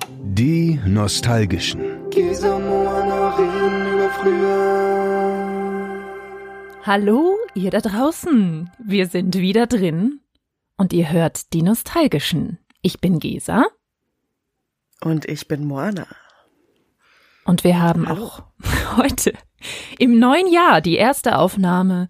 Die Nostalgischen. Hallo, ihr da draußen. Wir sind wieder drin und ihr hört die Nostalgischen. Ich bin Gesa. Und ich bin Moana. Und wir haben auch heute im neuen Jahr die erste Aufnahme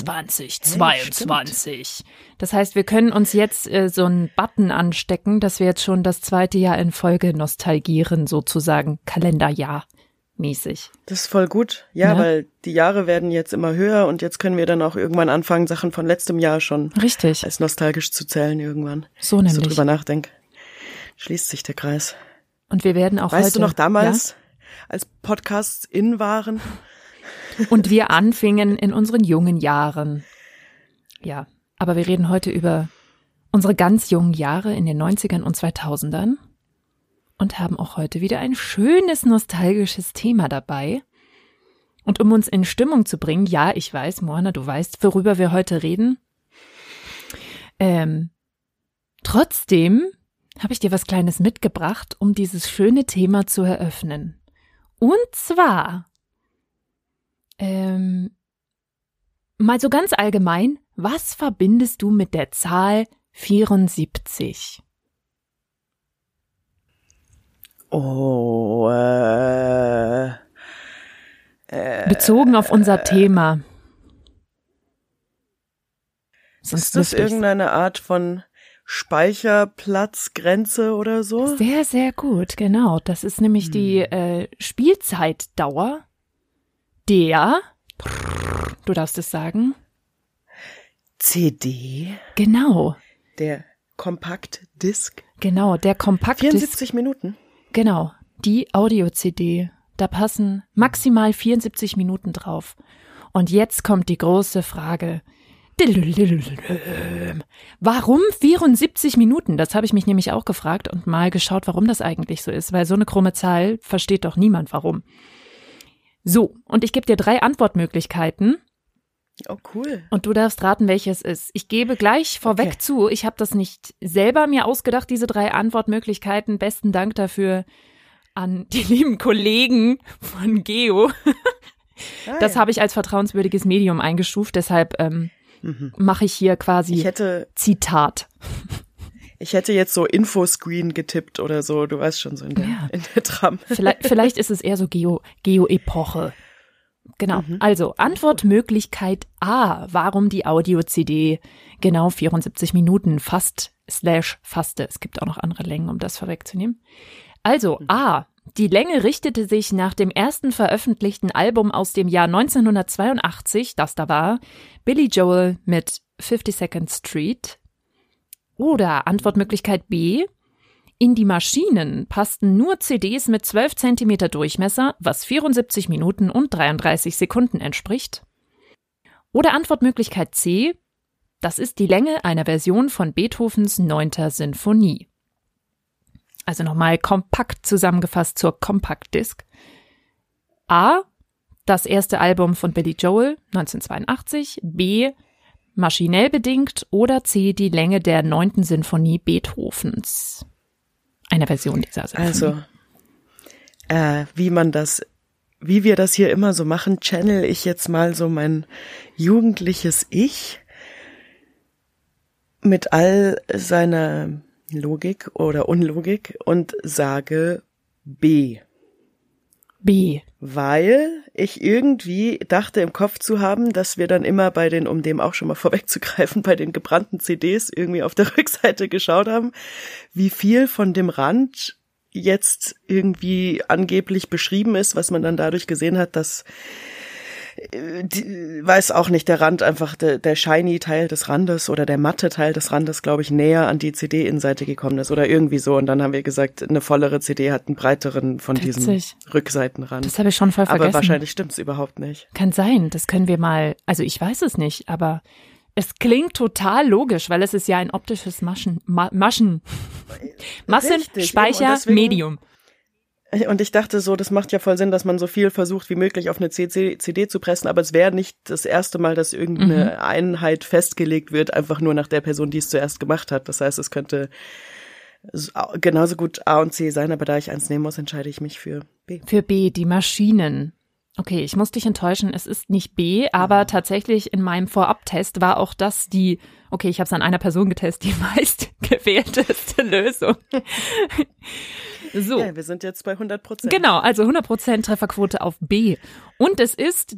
2022. Das heißt, wir können uns jetzt so einen Button anstecken, dass wir jetzt schon das zweite Jahr in Folge nostalgieren, sozusagen Kalenderjahr mäßig. Das ist voll gut, ja, weil die Jahre werden jetzt immer höher und jetzt können wir dann auch irgendwann anfangen, Sachen von letztem Jahr schon richtig als nostalgisch zu zählen irgendwann. So nämlich. Wenn ich so drüber nachdenke, schließt sich der Kreis. Und wir werden auch weißt heute... du noch damals, als Podcasts in waren? Und wir anfingen in unseren jungen Jahren. Ja, aber wir reden heute über unsere ganz jungen Jahre in den 90ern und 2000ern und haben auch heute wieder ein schönes nostalgisches Thema dabei. Und um uns in Stimmung zu bringen, ja, ich weiß, Moana, du weißt, worüber wir heute reden. Trotzdem habe ich dir was Kleines mitgebracht, um dieses schöne Thema zu eröffnen. Und zwar... mal so ganz allgemein, was verbindest du mit der Zahl 74? Oh, Bezogen auf unser Thema. Ist das irgendeine Art von Speicherplatzgrenze oder so? Sehr, sehr gut, genau. Das ist nämlich die Spielzeitdauer der, du darfst es sagen, CD? Genau. Der Compact-Disc? Genau, der Compact-Disc. 74 Minuten? Genau, die Audio-CD. Da passen maximal 74 Minuten drauf. Und jetzt kommt die große Frage. Warum 74 Minuten? Das habe ich mich nämlich auch gefragt und mal geschaut, warum das eigentlich so ist. Weil so eine krumme Zahl versteht doch niemand, warum. So, und ich gebe dir 3 Antwortmöglichkeiten. Oh, cool. Und du darfst raten, welches ist. Ich gebe gleich vorweg zu, ich habe das nicht selber mir ausgedacht, diese 3 Antwortmöglichkeiten. Besten Dank dafür an die lieben Kollegen von Geo. Das habe ich als vertrauenswürdiges Medium eingestuft, deshalb mache ich hier quasi Zitat. Ich hätte jetzt so Infoscreen getippt oder so, du weißt schon, so in der Tram. Vielleicht ist es eher so Geo-Epoche. Genau, also Antwortmöglichkeit A, warum die Audio-CD genau 74 Minuten /fasste. Es gibt auch noch andere Längen, um das vorwegzunehmen. Also A, die Länge richtete sich nach dem ersten veröffentlichten Album aus dem Jahr 1982, das da war, Billy Joel mit 52nd Street. Oder Antwortmöglichkeit B, in die Maschinen passten nur CDs mit 12 cm Durchmesser, was 74 Minuten und 33 Sekunden entspricht. Oder Antwortmöglichkeit C, das ist die Länge einer Version von Beethovens 9. Sinfonie. Also nochmal kompakt zusammengefasst zur Compact Disc. A, das erste Album von Billy Joel, 1982. B, maschinell bedingt. Oder C, die Länge der 9. Sinfonie Beethovens. Eine Version dieser Sinfonie. Also, wie wir das hier immer so machen, channel ich jetzt mal so mein jugendliches Ich mit all seiner Logik oder Unlogik und sage B. B. Weil ich irgendwie dachte im Kopf zu haben, dass wir dann immer bei den, um dem auch schon mal vorwegzugreifen, bei den gebrannten CDs irgendwie auf der Rückseite geschaut haben, wie viel von dem Rand jetzt irgendwie angeblich beschrieben ist, was man dann dadurch gesehen hat, dass weiß auch nicht, der Rand einfach, der shiny Teil des Randes oder der matte Teil des Randes, glaube ich, näher an die CD-Innenseite gekommen ist oder irgendwie so. Und dann haben wir gesagt, eine vollere CD hat einen breiteren von diesem Rückseitenrand. Das habe ich schon voll vergessen. Aber wahrscheinlich stimmt's überhaupt nicht. Kann sein, das können wir mal, also ich weiß es nicht, aber es klingt total logisch, weil es ist ja ein optisches Massenspeichermedium. Und ich dachte so, das macht ja voll Sinn, dass man so viel versucht wie möglich auf eine CD zu pressen, aber es wäre nicht das erste Mal, dass irgendeine Einheit festgelegt wird, einfach nur nach der Person, die es zuerst gemacht hat. Das heißt, es könnte genauso gut A und C sein, aber da ich eins nehmen muss, entscheide ich mich für B. Für B, die Maschinen. Okay, ich muss dich enttäuschen, es ist nicht B, aber tatsächlich in meinem Vorabtest war auch das ich habe es an einer Person getestet, die meist gewählteste Lösung. So. Ja, wir sind jetzt bei 100%. Genau, also 100% Trefferquote auf B. Und es ist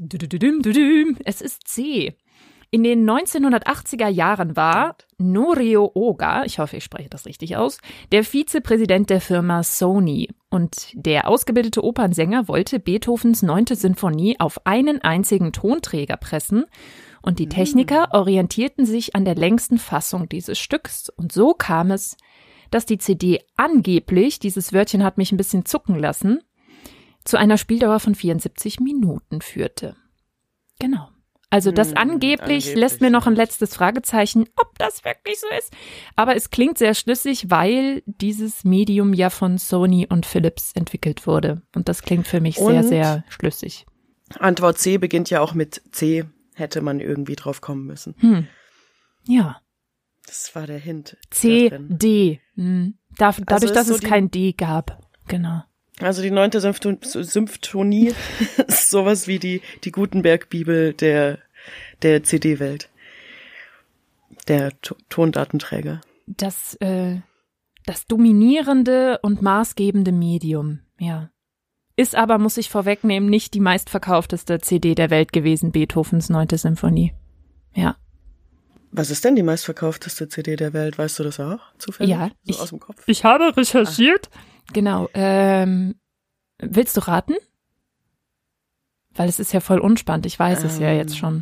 C. In den 1980er Jahren war Norio Ohga, ich hoffe, ich spreche das richtig aus, der Vizepräsident der Firma Sony. Und der ausgebildete Opernsänger wollte Beethovens 9. Sinfonie auf einen einzigen Tonträger pressen. Und die Techniker orientierten sich an der längsten Fassung dieses Stücks. Und so kam es, dass die CD angeblich, dieses Wörtchen hat mich ein bisschen zucken lassen, zu einer Spieldauer von 74 Minuten führte. Genau. Also das angeblich lässt mir noch ein letztes Fragezeichen, ob das wirklich so ist. Aber es klingt sehr schlüssig, weil dieses Medium ja von Sony und Philips entwickelt wurde. Und das klingt für mich sehr, sehr schlüssig. Antwort C beginnt ja auch mit C. Hätte man irgendwie drauf kommen müssen. Ja. Das war der Hint. C, D. Dadurch, Also dass so es kein D gab. Genau. Also die 9. Symphonie ist sowas wie die Gutenberg-Bibel der CD-Welt. Der Tondatenträger. Das dominierende und maßgebende Medium, ja. Ist aber, muss ich vorwegnehmen, nicht die meistverkaufteste CD der Welt gewesen, Beethovens 9. Symphonie. Ja. Was ist denn die meistverkaufteste CD der Welt? Weißt du das auch zufällig? Ja, aus dem Kopf? Ich habe recherchiert. Genau. Willst du raten? Weil es ist ja voll unspannend. Ich weiß es ja jetzt schon.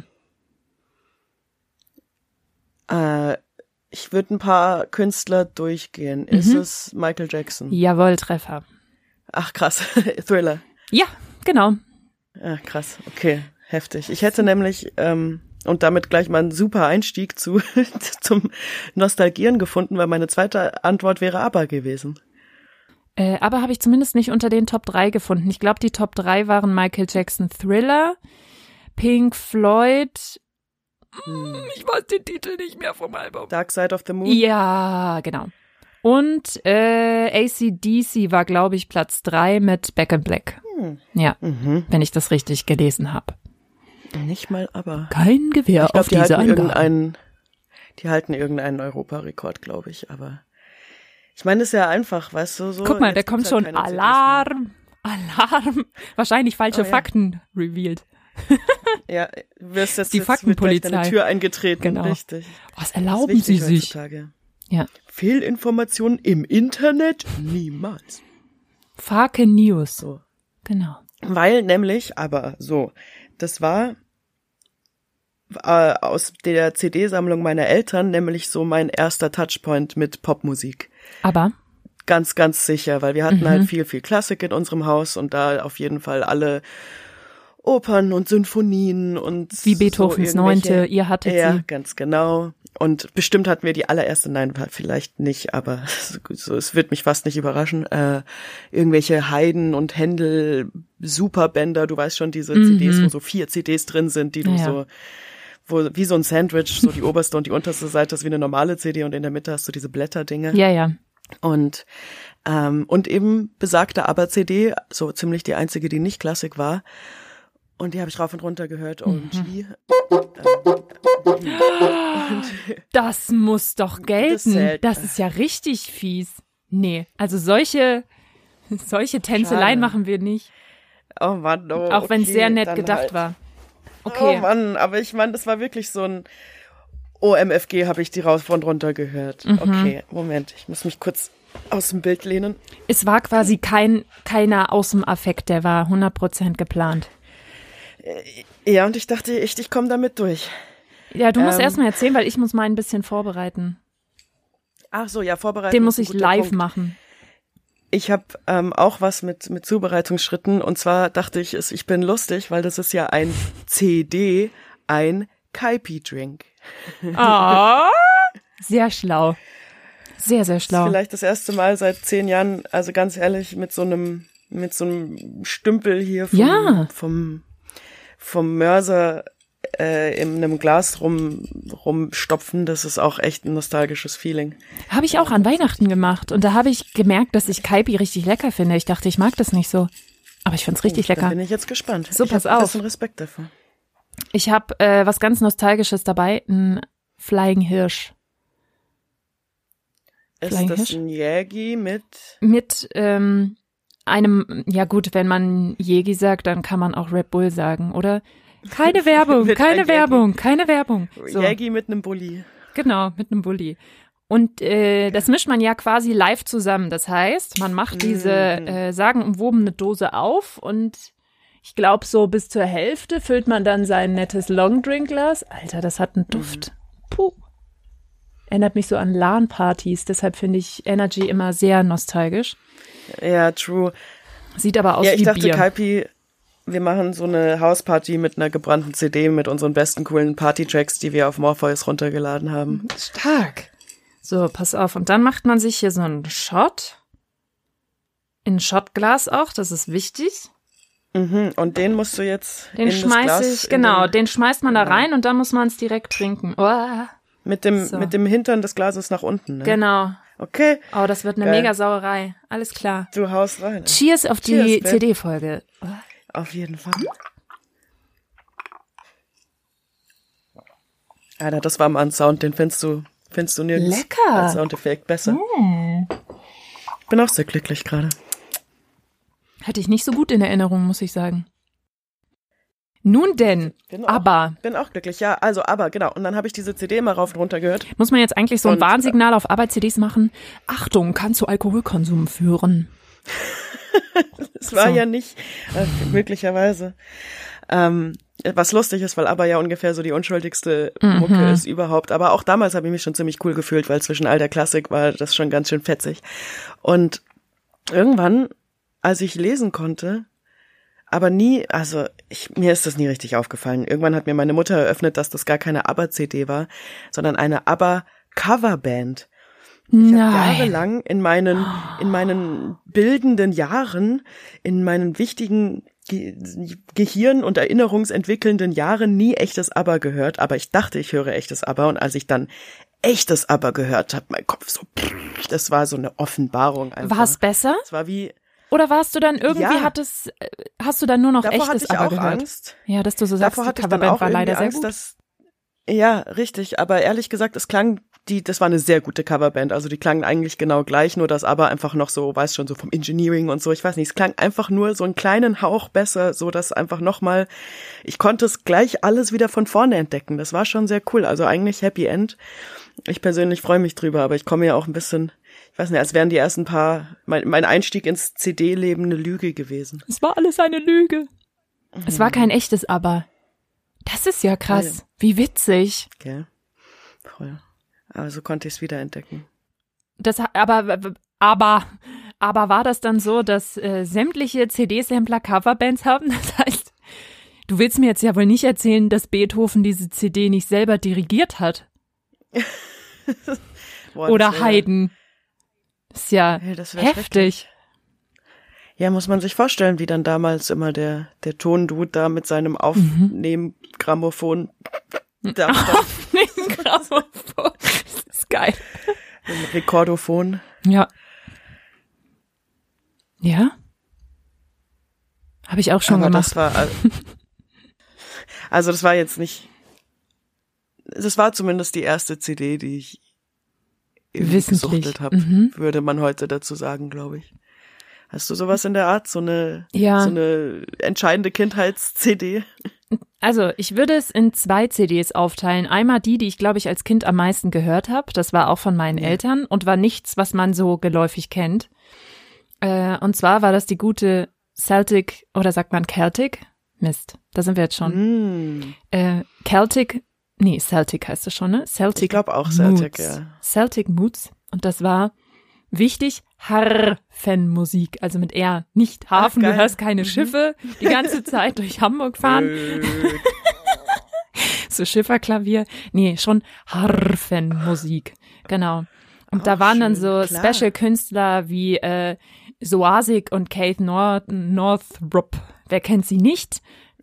Ich würde ein paar Künstler durchgehen. Ist es Michael Jackson? Jawohl, Treffer. Ach, krass. Thriller. Ja, genau. Ja, krass. Okay, heftig. Ich hätte nämlich, und damit gleich mal einen super Einstieg zum Nostalgieren gefunden, weil meine zweite Antwort wäre ABBA gewesen. Aber habe ich zumindest nicht unter den Top 3 gefunden. Ich glaube, die Top 3 waren Michael Jackson, Thriller, Pink Floyd, ich weiß den Titel nicht mehr vom Album. Dark Side of the Moon? Ja, genau. Und AC/DC war, glaube ich, Platz 3 mit Back in Black. Ja, wenn ich das richtig gelesen habe. Nicht mal ABBA. Kein Gewehr ich glaub, auf diese Angaben. Die halten irgendeinen Europarekord, glaube ich, aber ich meine, es ist ja einfach, weißt du, so. Guck mal, da kommt schon Alarm. Wahrscheinlich falsche Fakten revealed. Ja, wirst jetzt die Faktenpolizei. Deine Tür eingetreten. Genau. Richtig. Was erlauben Sie sich? Heutzutage. Ja. Fehlinformationen im Internet? Niemals. Fake News. So. Genau. Weil nämlich, aber so, das war aus der CD-Sammlung meiner Eltern nämlich so mein erster Touchpoint mit Popmusik. Aber? Ganz, ganz sicher, weil wir hatten halt viel, viel Klassik in unserem Haus und da auf jeden Fall alle Opern und Symphonien und wie Beethovens so 9., ihr hattet sie. Ja, ganz genau. Und bestimmt hatten wir die allererste, nein, vielleicht nicht, aber so, es wird mich fast nicht überraschen, irgendwelche Haydn und Händel Superbänder, du weißt schon, diese CDs, wo so 4 CDs drin sind, die du so, wo wie so ein Sandwich, so die oberste und die unterste Seite ist wie eine normale CD und in der Mitte hast du diese Blätterdinge. Ja, ja. Und eben besagte ABBA-CD, so ziemlich die einzige, die nicht Klassik war. Und die habe ich rauf und runter gehört. OMG. Das muss doch gelten. Das ist ja richtig fies. Nee, also solche Tänzeleien machen wir nicht. Oh Mann, oh. Auch wenn es sehr nett gedacht halt war. Okay. Oh Mann, aber ich meine, das war wirklich so ein OMFG, habe ich die rauf und runter gehört. Okay, Moment, ich muss mich kurz aus dem Bild lehnen. Es war quasi keiner aus dem Affekt, der war 100% geplant. Ja, und ich dachte echt, ich komme damit durch. Ja, du musst erst mal erzählen, weil ich muss meinen ein bisschen vorbereiten. Ach so, ja, vorbereiten. Den muss ich live machen. Ich habe auch was mit Zubereitungsschritten und zwar dachte ich bin lustig, weil das ist ja ein CD, ein Kaipi-Drink. Oh, sehr schlau. Sehr, sehr schlau. Das ist vielleicht das erste Mal seit 10 Jahren, also ganz ehrlich, mit so einem Stümpel hier vom Mörser in einem Glas rumstopfen, das ist auch echt ein nostalgisches Feeling. Habe ich auch an Weihnachten gemacht und da habe ich gemerkt, dass ich Kaipi richtig lecker finde. Ich dachte, ich mag das nicht so, aber ich finde es richtig lecker. Da bin ich jetzt gespannt. So, pass auf. Ich habe ein auf. bisschen Respekt davor. Ich habe was ganz Nostalgisches dabei, ein Flying Hirsch. Ist das ein Jägi mit? Mit einem, ja gut, wenn man Jägi sagt, dann kann man auch Red Bull sagen, oder? Keine Werbung, keine Werbung, keine Werbung. So. Jägi mit einem Bulli. Genau, mit einem Bulli. Und das mischt man ja quasi live zusammen. Das heißt, man macht diese sagenumwobene Dose auf und ich glaube, so bis zur Hälfte füllt man dann sein nettes Longdrinkglas. Alter, das hat einen Duft. Puh. Erinnert mich so an LAN-Partys. Deshalb finde ich Energy immer sehr nostalgisch. Ja, true. Sieht aber aus wie Bier. Ja, ich dachte, Kaipi, wir machen so eine Hausparty mit einer gebrannten CD mit unseren besten coolen Party-Tracks, die wir auf Morpheus runtergeladen haben. Stark. So, pass auf. Und dann macht man sich hier so einen Shot. In ein Shotglas auch, das ist wichtig. Und den musst du jetzt den in das Glas... Den schmeißt man da rein und dann muss man es direkt trinken. Oh. Mit dem Hintern des Glases nach unten, ne? Genau. Okay. Oh, das wird eine mega Sauerei. Alles klar. Du haust rein. Cheers auf die CD-Folge. Oh. Auf jeden Fall. Alter, das war mal ein Sound, den findest du nirgends lecker als Soundeffekt besser. Ich bin auch sehr glücklich gerade. Hatte ich nicht so gut in Erinnerung, muss ich sagen. Nun denn, bin auch glücklich, ja, also aber, genau. Und dann habe ich diese CD mal rauf und runter gehört. Muss man jetzt eigentlich so ein Warnsignal auf Arbeit-CDs machen? Achtung, kann zu Alkoholkonsum führen. Das war ja nicht, möglicherweise. Was lustig ist, weil ABBA ja ungefähr so die unschuldigste Mucke ist überhaupt. Aber auch damals habe ich mich schon ziemlich cool gefühlt, weil zwischen all der Klassik war das schon ganz schön fetzig. Und irgendwann, als ich lesen konnte, aber nie, also mir ist das nie richtig aufgefallen. Irgendwann hat mir meine Mutter eröffnet, dass das gar keine ABBA-CD war, sondern eine ABBA-Coverband. Ich habe jahrelang in meinen bildenden Jahren, in meinen wichtigen Gehirn- und erinnerungsentwickelnden Jahren nie echtes ABBA gehört, aber ich dachte, ich höre echtes ABBA und als ich dann echtes ABBA gehört habe, mein Kopf so, das war so eine Offenbarung einfach. War es besser? Es war wie... Oder warst du dann irgendwie, hast du dann nur noch davor echtes ABBA gehört? Angst. Ja, dass du so sagst, davor die Coverband war leider Angst, sehr gut. Ja, richtig, aber ehrlich gesagt, das war eine sehr gute Coverband, also die klangen eigentlich genau gleich, nur dass aber einfach noch so, weißt schon, so vom Engineering und so, ich weiß nicht, es klang einfach nur so einen kleinen Hauch besser, so dass einfach nochmal, ich konnte es gleich alles wieder von vorne entdecken, das war schon sehr cool, also eigentlich Happy End. Ich persönlich freue mich drüber, aber ich komme ja auch ein bisschen, ich weiß nicht, als wären die ersten mein Einstieg ins CD-Leben eine Lüge gewesen. Es war alles eine Lüge. Es war kein echtes ABBA. Das ist ja krass. Wie witzig. Okay. Voll. Aber so konnte ich es wiederentdecken. Aber war das dann so, dass sämtliche CD-Sampler Coverbands haben? Das heißt, du willst mir jetzt ja wohl nicht erzählen, dass Beethoven diese CD nicht selber dirigiert hat. Oder Haydn. Das ist ja heftig. Ja, muss man sich vorstellen, wie dann damals immer der Tondude da mit seinem Aufnehmgrammophon. Aufnehmgrammophon. Das ist geil. Ein Rekordophon. Ja. Ja? Habe ich auch schon gemacht. Das war jetzt nicht. Das war zumindest die erste CD, die ich gesuchtet habe, würde man heute dazu sagen, glaube ich. Hast du sowas in der Art? So eine entscheidende Kindheits-CD? Also, ich würde es in 2 CDs aufteilen. Einmal die ich, glaube ich, als Kind am meisten gehört habe. Das war auch von meinen Eltern und war nichts, was man so geläufig kennt. Und zwar war das die gute Celtic, oder sagt man Celtic? Mist, da sind wir jetzt schon. Celtic heißt es schon, ne? Celtic. Ich glaube auch Celtic, Moods. Ja. Celtic Moods. Und das war wichtig, Harfenmusik, also mit R, nicht Hafen, du hörst keine Schiffe die ganze Zeit durch Hamburg fahren. So Schifferklavier. Nee, schon Harfenmusik, genau. Und da waren dann so Special-Künstler wie Soasik und Keith Northrop. Wer kennt sie nicht?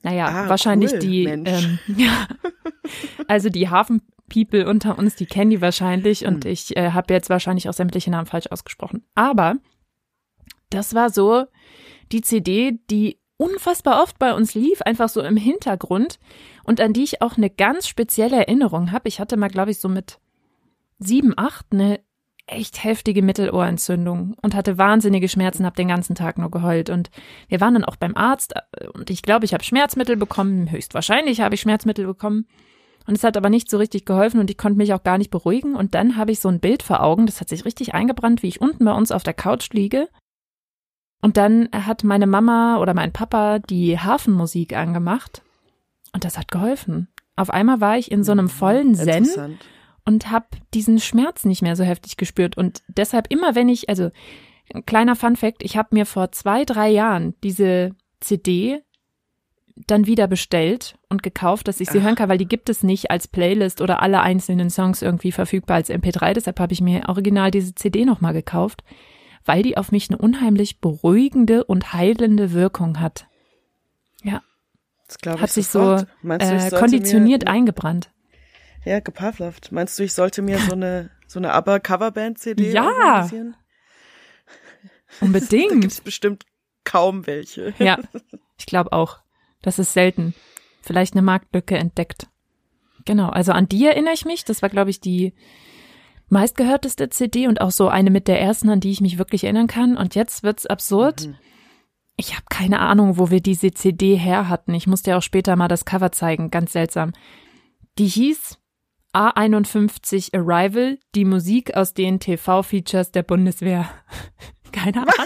Naja, wahrscheinlich cool, die, ja, also die Hafen-People unter uns, die kennen die wahrscheinlich und ich habe jetzt wahrscheinlich auch sämtliche Namen falsch ausgesprochen. Aber das war so die CD, die unfassbar oft bei uns lief, einfach so im Hintergrund und an die ich auch eine ganz spezielle Erinnerung habe. Ich hatte mal, glaube ich, so mit 7, 8 eine echt heftige Mittelohrentzündung und hatte wahnsinnige Schmerzen, habe den ganzen Tag nur geheult. Und wir waren dann auch beim Arzt und ich glaube, ich habe Schmerzmittel bekommen. Höchstwahrscheinlich habe ich Schmerzmittel bekommen. Und es hat aber nicht so richtig geholfen und ich konnte mich auch gar nicht beruhigen. Und dann habe ich so ein Bild vor Augen, das hat sich richtig eingebrannt, wie ich unten bei uns auf der Couch liege. Und dann hat meine Mama oder mein Papa die Hafenmusik angemacht und das hat geholfen. Auf einmal war ich in so einem vollen Zen und habe diesen Schmerz nicht mehr so heftig gespürt. Und deshalb immer, wenn ich, also ein kleiner Funfact, ich habe mir vor 2, 3 Jahren diese CD dann wieder bestellt und gekauft, dass ich sie hören kann, weil die gibt es nicht als Playlist oder alle einzelnen Songs irgendwie verfügbar als MP3. Deshalb habe ich mir original diese CD nochmal gekauft, weil die auf mich eine unheimlich beruhigende und heilende Wirkung hat. Ja, das glaube ich hat sich sofort. So konditioniert eingebrannt. Ja, gepavlovt. Meinst du, ich sollte mir so eine ABBA-Coverband-CD organisieren? Unbedingt. Da gibt's bestimmt kaum welche. Ja, ich glaube auch. Das ist selten. Vielleicht eine Marktlücke entdeckt. Genau, also an die erinnere ich mich. Das war, glaube ich, die meistgehörteste CD und auch so eine mit der ersten, an die ich mich wirklich erinnern kann. Und jetzt wird's absurd. Ich habe keine Ahnung, wo wir diese CD her hatten. Ich musste ja auch später mal das Cover zeigen. Ganz seltsam. Die hieß A51 Arrival, die Musik aus den TV-Features der Bundeswehr. Keine Ahnung.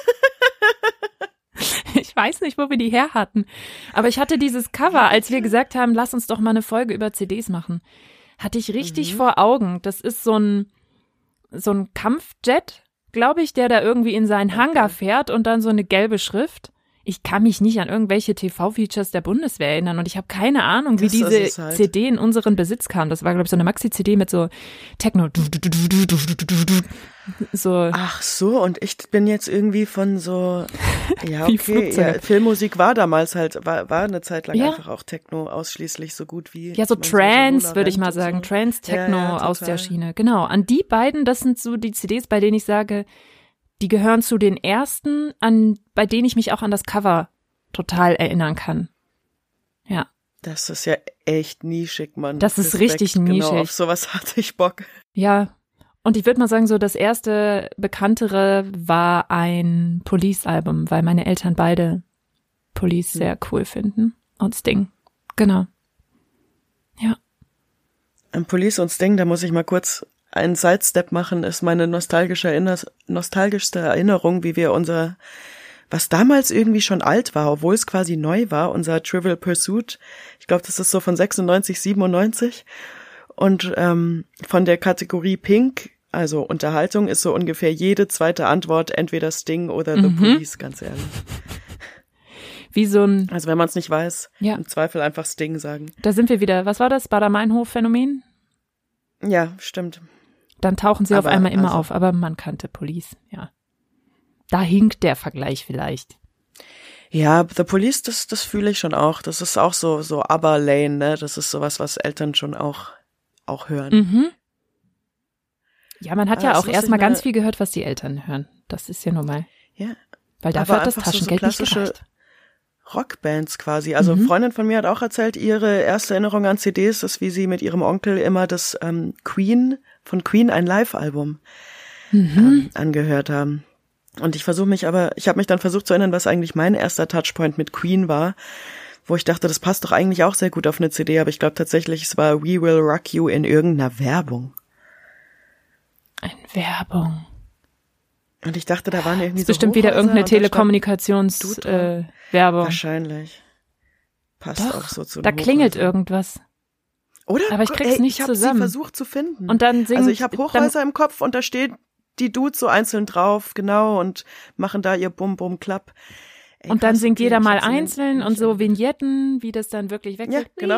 Ich weiß nicht, wo wir die her hatten. Aber ich hatte dieses Cover, als wir gesagt haben, lass uns doch mal eine Folge über CDs machen. Hatte ich richtig vor Augen. Das ist so ein Kampfjet, glaube ich, der da irgendwie in seinen Hangar fährt und dann so eine gelbe Schrift. Ich kann mich nicht an irgendwelche TV-Features der Bundeswehr erinnern und ich habe keine Ahnung, wie diese CD in unseren Besitz kam. Das war, glaube ich, so eine Maxi-CD mit so Techno. So. Ach so, und ich bin jetzt irgendwie von so, ja okay, ja, Filmmusik war damals halt, war eine Zeit lang einfach auch Techno ausschließlich so gut wie. Ja, so Trance, würde ich mal sagen, so. Trance-Techno aus der Schiene. Genau, an die beiden, das sind so die CDs, bei denen ich sage, die gehören zu den ersten, bei denen ich mich auch an das Cover total erinnern kann. Ja. Das ist ja echt nischig, Mann. Das ist richtig nischig. Genau, auf sowas hatte ich Bock. Ja. Und ich würde mal sagen, so das erste bekanntere war ein Police-Album, weil meine Eltern beide Police sehr cool finden. Und Sting. Genau. Ja. Ein Police und Sting, da muss ich mal kurz einen Sidestep machen, ist meine nostalgischste Erinnerung, wie wir was damals irgendwie schon alt war, obwohl es quasi neu war, unser Trivial Pursuit. Ich glaube, das ist so von 96, 97. Und von der Kategorie Pink, also Unterhaltung, ist so ungefähr jede zweite Antwort entweder Sting oder The Police, ganz ehrlich. Wie so ein... Also wenn man es nicht weiß, im Zweifel einfach Sting sagen. Da sind wir wieder. Was war das? Bader-Meinhof-Phänomen? Ja, stimmt. Dann tauchen sie auf einmal immer auf, aber man kannte Police, ja. Da hinkt der Vergleich vielleicht. Ja, The Police, das fühle ich schon auch. Das ist auch so ABBA-Lane, ne? Das ist sowas, was Eltern schon auch hören. Mhm. Ja, man hat ja auch erstmal ganz viel gehört, was die Eltern hören. Das ist ja normal. Ja. Weil dafür hat das Taschengeld nicht gereicht. Rockbands quasi. Also eine Freundin von mir hat auch erzählt, ihre erste Erinnerung an CDs ist, wie sie mit ihrem Onkel immer das von Queen ein Live-Album angehört haben. Und ich habe mich dann versucht zu erinnern, was eigentlich mein erster Touchpoint mit Queen war, wo ich dachte, das passt doch eigentlich auch sehr gut auf eine CD, aber ich glaube tatsächlich, es war We Will Rock You in irgendeiner Werbung. Werbung. Und ich dachte, da waren irgendwie so bestimmt wieder irgendeine Telekommunikations-Werbung. Wahrscheinlich. Passt doch, auch so zu da klingelt irgendwas. Oder? Aber ich krieg's nicht zusammen. Ich habe sie versucht zu finden. Und dann also ich habe Hochhäuser im Kopf und da stehen die Dudes so einzeln drauf, genau, und machen da ihr Bum-Bum-Klapp. Und dann singt jeder mal einzeln und so Vignetten, wie das dann wirklich wechselt. Ja, genau.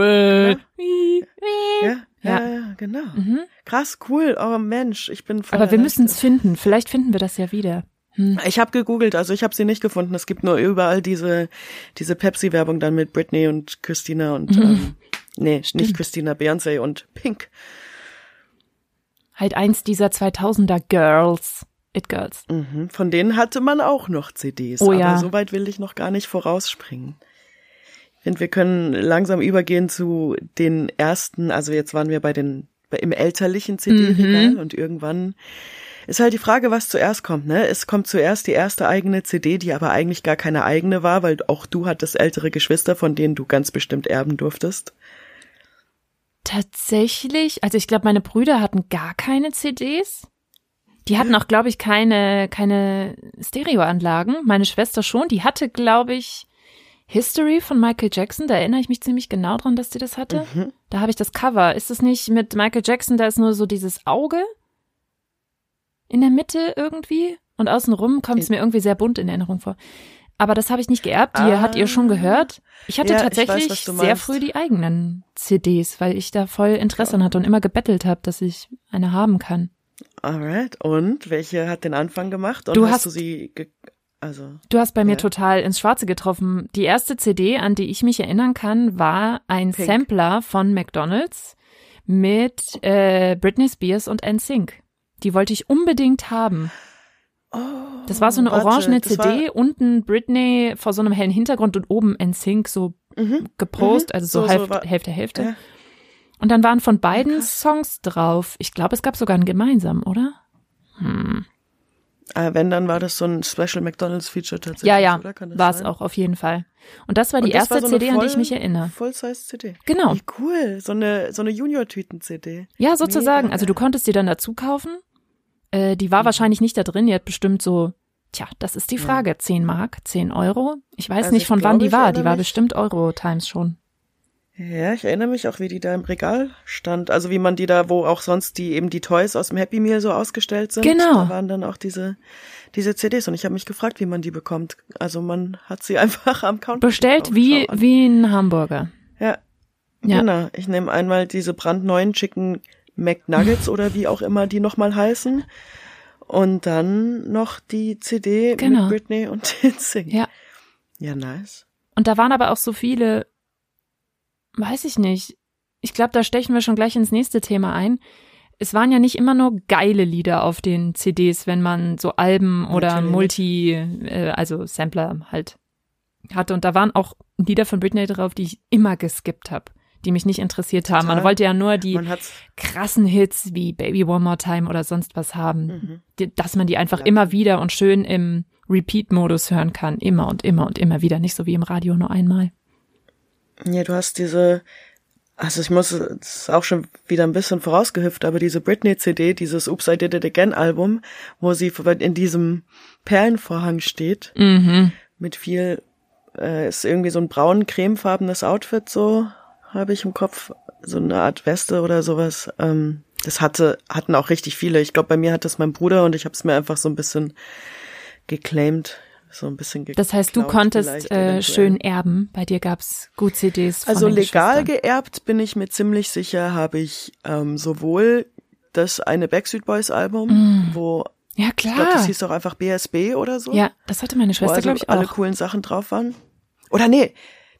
Ja, genau. Krass, cool. Oh Mensch, ich bin voll. Aber wir müssen es finden. Vielleicht finden wir das ja wieder. Ich habe gegoogelt, also ich habe sie nicht gefunden. Es gibt nur überall diese Pepsi-Werbung dann mit Britney und Christina und nicht Christina, Beyoncé und Pink. Halt eins dieser 2000er Girls, It Girls. Von denen hatte man auch noch CDs, aber so weit will ich noch gar nicht vorausspringen. Ich finde, wir können langsam übergehen zu den ersten, also jetzt waren wir im elterlichen CD-Regal und irgendwann ist halt die Frage, was zuerst kommt, ne? Es kommt zuerst die erste eigene CD, die aber eigentlich gar keine eigene war, weil auch du hattest ältere Geschwister, von denen du ganz bestimmt erben durftest. Tatsächlich, also ich glaube, meine Brüder hatten gar keine CDs. Die hatten auch, glaube ich, keine Stereoanlagen. Meine Schwester schon, die hatte, glaube ich, History von Michael Jackson. Da erinnere ich mich ziemlich genau dran, dass die das hatte. Da habe ich das Cover. Ist es nicht mit Michael Jackson, da ist nur so dieses Auge in der Mitte irgendwie und außenrum kommt es mir irgendwie sehr bunt in Erinnerung vor. Aber das habe ich nicht geerbt. Die hat ihr schon gehört. Ich hatte tatsächlich sehr früh die eigenen CDs, weil ich da voll Interesse dran hatte und immer gebettelt habe, dass ich eine haben kann. Alright. Und welche hat den Anfang gemacht? Und hast du sie Du hast bei mir total ins Schwarze getroffen. Die erste CD, an die ich mich erinnern kann, war ein Pink. Sampler von McDonald's mit Britney Spears und NSYNC. Die wollte ich unbedingt haben. Das war so eine orangene CD, unten Britney vor so einem hellen Hintergrund und oben NSYNC so geprost, also so Hälfte. Ja. Und dann waren von beiden Songs drauf. Ich glaube, es gab sogar einen gemeinsamen, oder? Wenn, dann war das so ein Special McDonald's Feature tatsächlich. Ja, war es auch auf jeden Fall. Und das war die erste CD, an die ich mich erinnere. Full-Size-CD. Genau. Wie cool, so eine Junior-Tüten-CD. Ja, sozusagen. Also du konntest die dann dazu kaufen. Die war wahrscheinlich nicht da drin. Die hat bestimmt so, das ist die Frage. 10 Mark, 10 Euro. Ich weiß nicht, von wann die war. Die war bestimmt Euro-Times schon. Ja, ich erinnere mich auch, wie die da im Regal stand. Also wie man die da, wo auch sonst die Toys aus dem Happy Meal so ausgestellt sind. Genau. Da waren dann auch diese CDs und ich habe mich gefragt, wie man die bekommt. Also man hat sie einfach am Counter bestellt wie ein Hamburger. Ja, genau. Ich nehme einmal diese brandneuen Chicken McNuggets oder wie auch immer die nochmal heißen. Und dann noch die CD mit Britney und NSYNC. Ja, nice. Und da waren aber auch so viele, weiß ich nicht. Ich glaube, da stechen wir schon gleich ins nächste Thema ein. Es waren ja nicht immer nur geile Lieder auf den CDs, wenn man so Alben oder also Sampler halt hatte. Und da waren auch Lieder von Britney drauf, die ich immer geskippt habe, die mich nicht interessiert haben. Man wollte ja nur die krassen Hits wie Baby One More Time oder sonst was haben, dass man die einfach immer wieder und schön im Repeat-Modus hören kann. Immer und immer und immer wieder, nicht so wie im Radio nur einmal. Ja, du hast es ist auch schon wieder ein bisschen vorausgehüpft, aber diese Britney-CD, dieses Oops, I Did It Again-Album, wo sie in diesem Perlenvorhang steht, mit viel, ist irgendwie so ein braun-cremefarbenes Outfit, so habe ich im Kopf, so eine Art Weste oder sowas. Das hatten auch richtig viele. Ich glaube, bei mir hat das mein Bruder und ich habe es mir einfach so ein bisschen geclaimed. So ein bisschen Das heißt, du konntest schön erben. Bei dir gab's gut CDs von Also legal geerbt bin ich mir ziemlich sicher, habe ich sowohl das eine Backstreet Boys Album, wo ja klar, ich glaube, das hieß doch einfach BSB oder so. Ja, das hatte meine Schwester, glaube ich, auch. Alle coolen Sachen drauf waren. Oder nee,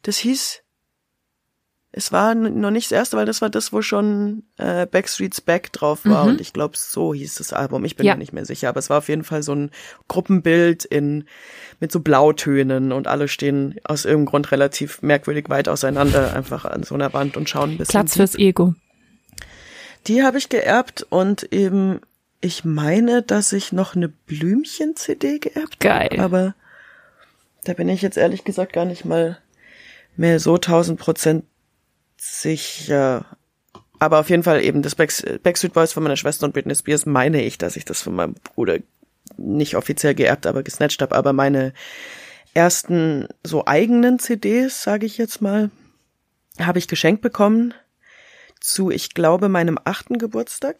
es war noch nicht das erste, weil das war das, wo schon Backstreet's Back drauf war und ich glaube, so hieß das Album. Ich bin mir nicht mehr sicher, aber es war auf jeden Fall so ein Gruppenbild mit so Blautönen und alle stehen aus irgendeinem Grund relativ merkwürdig weit auseinander einfach an so einer Wand und schauen ein bisschen. Platz fürs Ego. Die habe ich geerbt und eben, ich meine, dass ich noch eine Blümchen-CD geerbt habe. Geil. Aber da bin ich jetzt ehrlich gesagt gar nicht mal mehr so 1000% sicher. Aber auf jeden Fall eben das Backstreet Boys von meiner Schwester und Britney Spears meine ich, dass ich das von meinem Bruder nicht offiziell geerbt, aber gesnatcht habe. Aber meine ersten so eigenen CDs, sage ich jetzt mal, habe ich geschenkt bekommen zu, ich glaube, meinem 8. Geburtstag.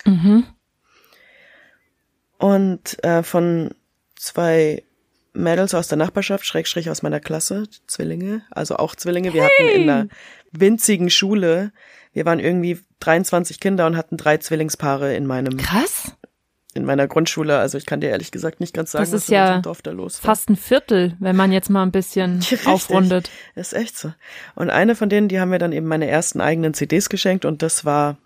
Und von 2 Mädels aus der Nachbarschaft, / aus meiner Klasse, Zwillinge, also auch Zwillinge. Wir hatten in einer winzigen Schule, wir waren irgendwie 23 Kinder und hatten 3 Zwillingspaare in meinem in meiner Grundschule, also ich kann dir ehrlich gesagt nicht ganz sagen, das ist was in ja unserem Dorf da los war. Fast ein Viertel, wenn man jetzt mal ein bisschen aufrundet. Das ist echt so. Und eine von denen, die haben mir dann eben meine ersten eigenen CDs geschenkt und das war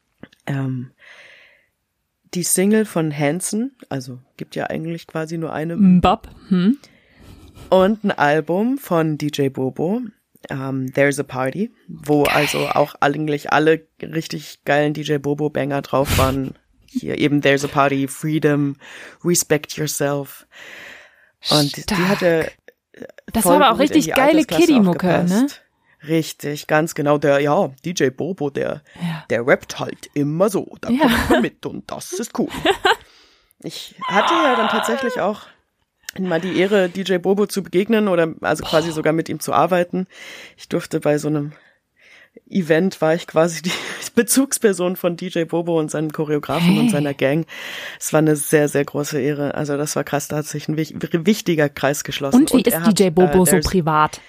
die Single von Hanson, also gibt ja eigentlich quasi nur eine. Mbop. Und ein Album von DJ Bobo, There's a Party, wo also auch eigentlich alle richtig geilen DJ Bobo Banger drauf waren. Hier eben There's a Party, Freedom, Respect Yourself. Und Stark. die hatte Das war aber auch richtig geile Kiddie-Mucke, ne? Richtig, ganz genau. Der DJ Bobo, der rappt halt immer so. Da kommt man mit und das ist cool. Ich hatte ja dann tatsächlich auch mal die Ehre, DJ Bobo zu begegnen oder also quasi sogar mit ihm zu arbeiten. Ich durfte bei so einem Event, war ich quasi die Bezugsperson von DJ Bobo und seinen Choreografen und seiner Gang. Es war eine sehr, sehr große Ehre. Also das war krass, da hat sich ein wichtiger Kreis geschlossen. Und wie ist DJ Bobo so privat?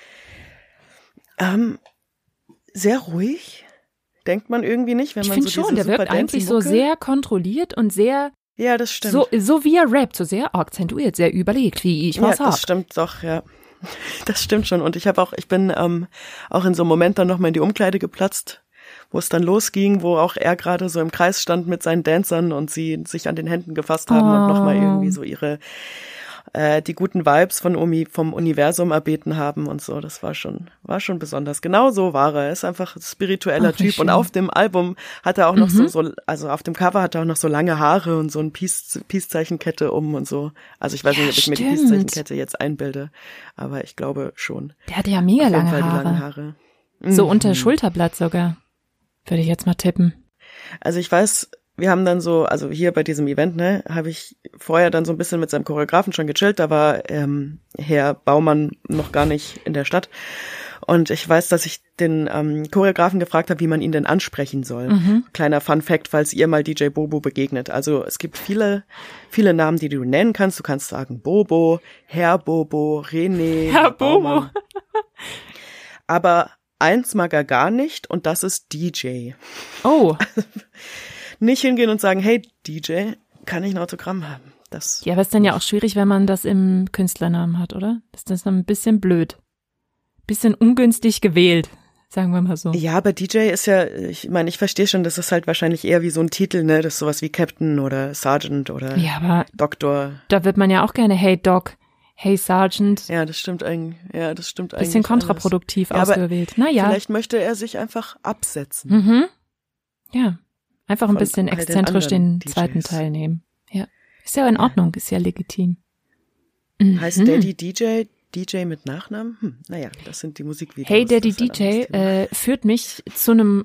Sehr ruhig, denkt man irgendwie nicht, wenn man so diese Ich finde schon, der wirkt eigentlich so sehr kontrolliert und sehr, ja, das stimmt. So wie er rappt, so sehr akzentuiert, sehr überlegt, wie ich was hab. Ja, das stimmt doch, ja. Das stimmt schon. Und ich bin auch in so einem Moment dann nochmal in die Umkleide geplatzt, wo es dann losging, wo auch er gerade so im Kreis stand mit seinen Dancern und sie sich an den Händen gefasst haben und nochmal irgendwie so die guten Vibes vom Universum erbeten haben und so. Das war schon besonders. Genau so war er. Er ist einfach ein spiritueller Typ. Schön. Und auf dem Album hat er auch noch also auf dem Cover hat er auch noch so lange Haare und so ein Peace-Zeichenkette und so. Also ich weiß nicht, ob ich mir die Peace-Zeichenkette jetzt einbilde, aber ich glaube schon. Der hatte ja mega lange Haare. So unter Schulterblatt sogar. Würde ich jetzt mal tippen. Also ich weiß, wir haben dann so, also hier bei diesem Event, ne, habe ich vorher dann so ein bisschen mit seinem Choreografen schon gechillt. Da war Herr Baumann noch gar nicht in der Stadt. Und ich weiß, dass ich den Choreografen gefragt habe, wie man ihn denn ansprechen soll. Kleiner Fun-Fact, falls ihr mal DJ Bobo begegnet. Also es gibt viele, viele Namen, die du nennen kannst. Du kannst sagen Bobo, Herr Bobo, René, Herr Bobo. Aber eins mag er gar nicht und das ist DJ. Oh. Nicht hingehen und sagen, hey DJ, kann ich ein Autogramm haben? Ja, aber ist dann ja auch schwierig, wenn man das im Künstlernamen hat, oder? Das ist dann ein bisschen blöd. Bisschen ungünstig gewählt, sagen wir mal so. Ja, aber DJ ist ja, ich meine, ich verstehe schon, das ist halt wahrscheinlich eher wie so ein Titel, ne? Das ist sowas wie Captain oder Sergeant oder Doktor. Da wird man ja auch gerne Hey Doc, Hey Sergeant. Ja, das stimmt eigentlich. Bisschen kontraproduktiv ausgewählt. Naja. Vielleicht möchte er sich einfach absetzen. Ja. Einfach ein bisschen exzentrisch den zweiten Teil nehmen. Ja. Ist ja in Ordnung, ist ja legitim. Heißt Daddy DJ mit Nachnamen? Naja, das sind die Musikvideos. Hey Daddy DJ führt mich zu einem,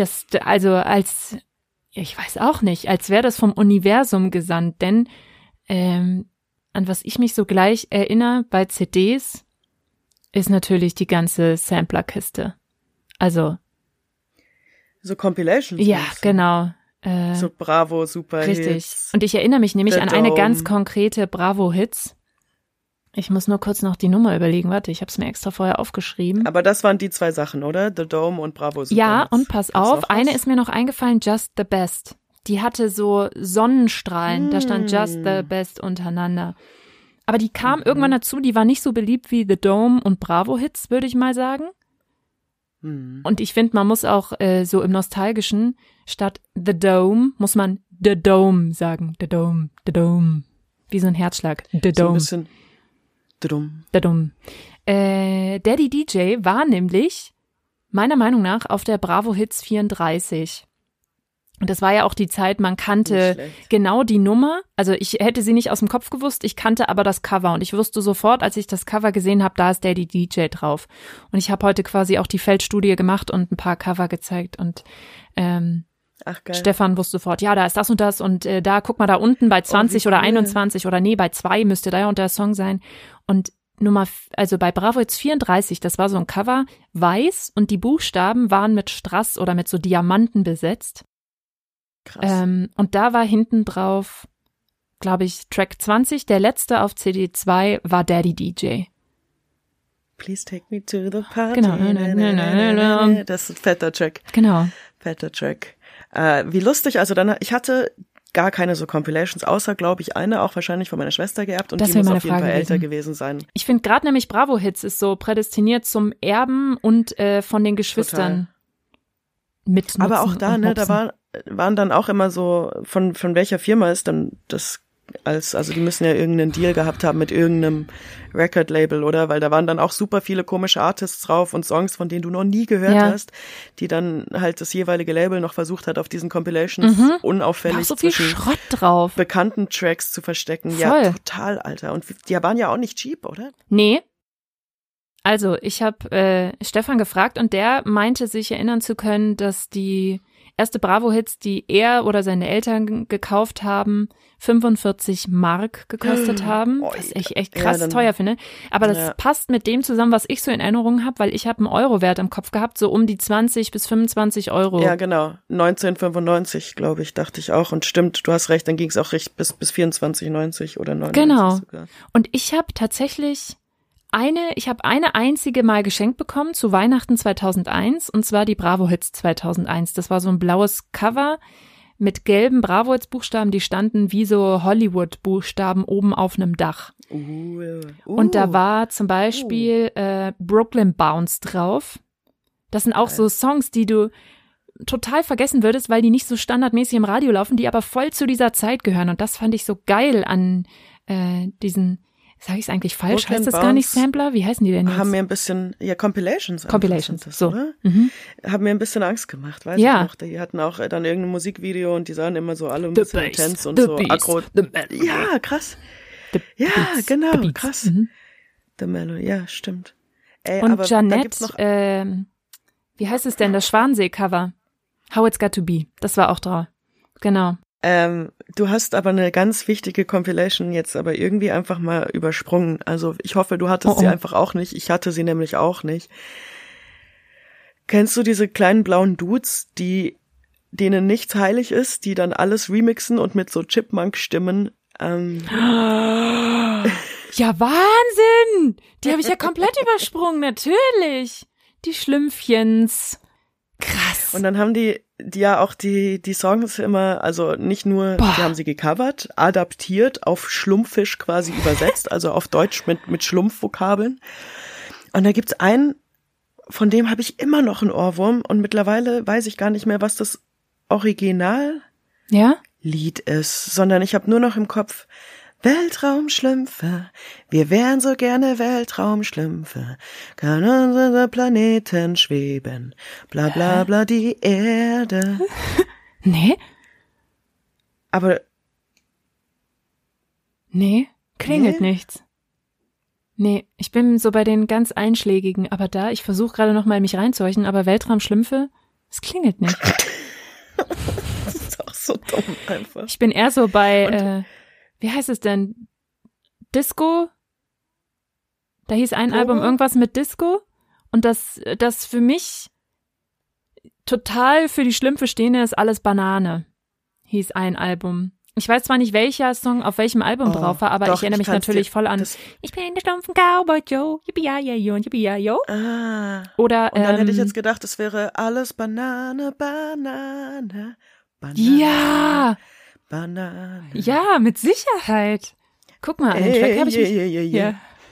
ich weiß auch nicht, als wäre das vom Universum gesandt, denn an was ich mich so gleich erinnere bei CDs, ist natürlich die ganze Samplerkiste. Also so Compilations. Ja, genau. So Bravo, Super Richtig. Hits. Und ich erinnere mich nämlich an eine ganz konkrete Bravo-Hits. Ich muss nur kurz noch die Nummer überlegen. Warte, ich habe es mir extra vorher aufgeschrieben. Aber das waren die zwei Sachen, oder? The Dome und Bravo Super Ja, Hits. und pass auf, eine ist mir noch eingefallen, Just the Best. Die hatte so Sonnenstrahlen, da stand Just the Best untereinander. Aber die kam irgendwann dazu, die war nicht so beliebt wie The Dome und Bravo-Hits, würde ich mal sagen. Und ich finde, man muss auch so im Nostalgischen, statt The Dome, muss man The Dome sagen. The Dome, The Dome. Wie so ein Herzschlag. The Dome. So ein bisschen The Dome. The Dome. Daddy DJ war nämlich, meiner Meinung nach, auf der Bravo Hits 34. Und das war ja auch die Zeit, man kannte genau die Nummer. Also ich hätte sie nicht aus dem Kopf gewusst, ich kannte aber das Cover. Und ich wusste sofort, als ich das Cover gesehen habe, da ist Daddy DJ drauf. Und ich habe heute quasi auch die Feldstudie gemacht und ein paar Cover gezeigt. Und Ach, geil. Stefan wusste sofort, ja, da ist das und das. Und da, guck mal, da unten bei 20 oder 21 oder nee, bei 2 müsste da und der Song sein. Und also bei Bravo Hits 34, das war so ein Cover, weiß und die Buchstaben waren mit Strass oder mit so Diamanten besetzt. Krass. Und da war hinten drauf, glaube ich, Track 20, der letzte auf CD 2 war Daddy DJ. Please take me to the party. Genau. Das ist ein fetter Track. Genau. Fetter Track. Wie lustig, also dann, ich hatte gar keine so Compilations, außer, glaube ich, eine, auch wahrscheinlich von meiner Schwester geerbt und Das die wäre muss meine auf jeden Frage Fall älter gewesen. gewesen sein. Ich finde gerade nämlich Bravo-Hits ist so prädestiniert zum Erben und von den Geschwistern mitnutzen. Aber auch da, und ne, da mopsen. waren dann auch immer so, von welcher Firma ist dann das also die müssen ja irgendeinen Deal gehabt haben mit irgendeinem Record-Label, oder? Weil da waren dann auch super viele komische Artists drauf und Songs, von denen du noch nie gehört hast, die dann halt das jeweilige Label noch versucht hat, auf diesen Compilations unauffällig so viel zwischen Schrott drauf. bekannten Tracks zu verstecken. Voll. Ja, total, Alter. Und die waren ja auch nicht cheap, oder? Nee. Also, ich habe Stefan gefragt und der meinte, sich erinnern zu können, dass die erste Bravo-Hits, die er oder seine Eltern gekauft haben, 45 Mark gekostet haben, was ich echt krass teuer finde. Aber das passt mit dem zusammen, was ich so in Erinnerung habe, weil ich habe einen Euro-Wert im Kopf gehabt, so um die 20 bis 25 Euro. Ja, genau. 1995, glaube ich, dachte ich auch. Und stimmt, du hast recht, dann ging es auch recht bis 24,90 oder 99 genau. sogar. Und ich habe tatsächlich eine einzige Mal geschenkt bekommen zu Weihnachten 2001 und zwar die Bravo-Hits 2001. Das war so ein blaues Cover mit gelben Bravo-Hits-Buchstaben, die standen wie so Hollywood-Buchstaben oben auf einem Dach. Und da war zum Beispiel Brooklyn Bounce drauf. Das sind auch so Songs, die du total vergessen würdest, weil die nicht so standardmäßig im Radio laufen, die aber voll zu dieser Zeit gehören. Und das fand ich so geil an diesen... Sag ich es eigentlich falsch? Brooklyn heißt das Bounce gar nicht Sampler? Wie heißen die denn jetzt? Haben mir ein bisschen, Compilations. Compilations, das, so. oder? Mhm. Haben mir ein bisschen Angst gemacht, weiß ich noch. Die hatten auch dann irgendein Musikvideo und die sahen immer so alle ein bisschen intens und so aggro. Ja, krass. Genau, krass. Mhm. The Melody, ja, stimmt. Ey, und aber Jeanette, wie heißt es denn, das Schwansee-Cover? How It's Got to Be, das war auch drauf. Genau. Du hast aber eine ganz wichtige Compilation jetzt aber irgendwie einfach mal übersprungen. Also ich hoffe, du hattest sie einfach auch nicht. Ich hatte sie nämlich auch nicht. Kennst du diese kleinen blauen Dudes, denen nichts heilig ist, die dann alles remixen und mit so Chipmunk-Stimmen Ja, Wahnsinn! Die habe ich ja komplett übersprungen, natürlich. Die Schlümpfchens. Krass. Und dann haben die ja auch die Songs immer, also nicht nur, die haben sie gecovert, adaptiert, auf Schlumpfisch quasi übersetzt, also auf Deutsch mit Schlumpfvokabeln. Und da gibt's einen, von dem habe ich immer noch einen Ohrwurm und mittlerweile weiß ich gar nicht mehr, was das Originallied ist, sondern ich habe nur noch im Kopf Weltraumschlümpfe, wir wären so gerne Weltraumschlümpfe, kann unsere Planeten schweben, bla bla bla die Erde. Nee? Aber nee, klingelt nichts. Nee, ich bin so bei den ganz einschlägigen, aber ich versuche gerade noch mal mich reinzuhorchen, aber Weltraumschlümpfe, es klingelt nicht. Das ist auch so dumm einfach. Ich bin eher so bei, wie heißt es denn? Disco? Da hieß ein Album irgendwas mit Disco und das für mich total für die Schlümpfe stehende ist alles Banane, hieß ein Album. Ich weiß zwar nicht, welcher Song auf welchem Album drauf war, aber doch, ich erinnere mich natürlich voll an Ich bin der Schlumpfen Cowboy Joe, yippie-ya-yo und yippie-ya-yo. Oder, und dann hätte ich jetzt gedacht, es wäre alles Banane, Banane, Banane. Ja! Banane. Ja, mit Sicherheit. Guck mal, an den Track habe ich mich... Ja.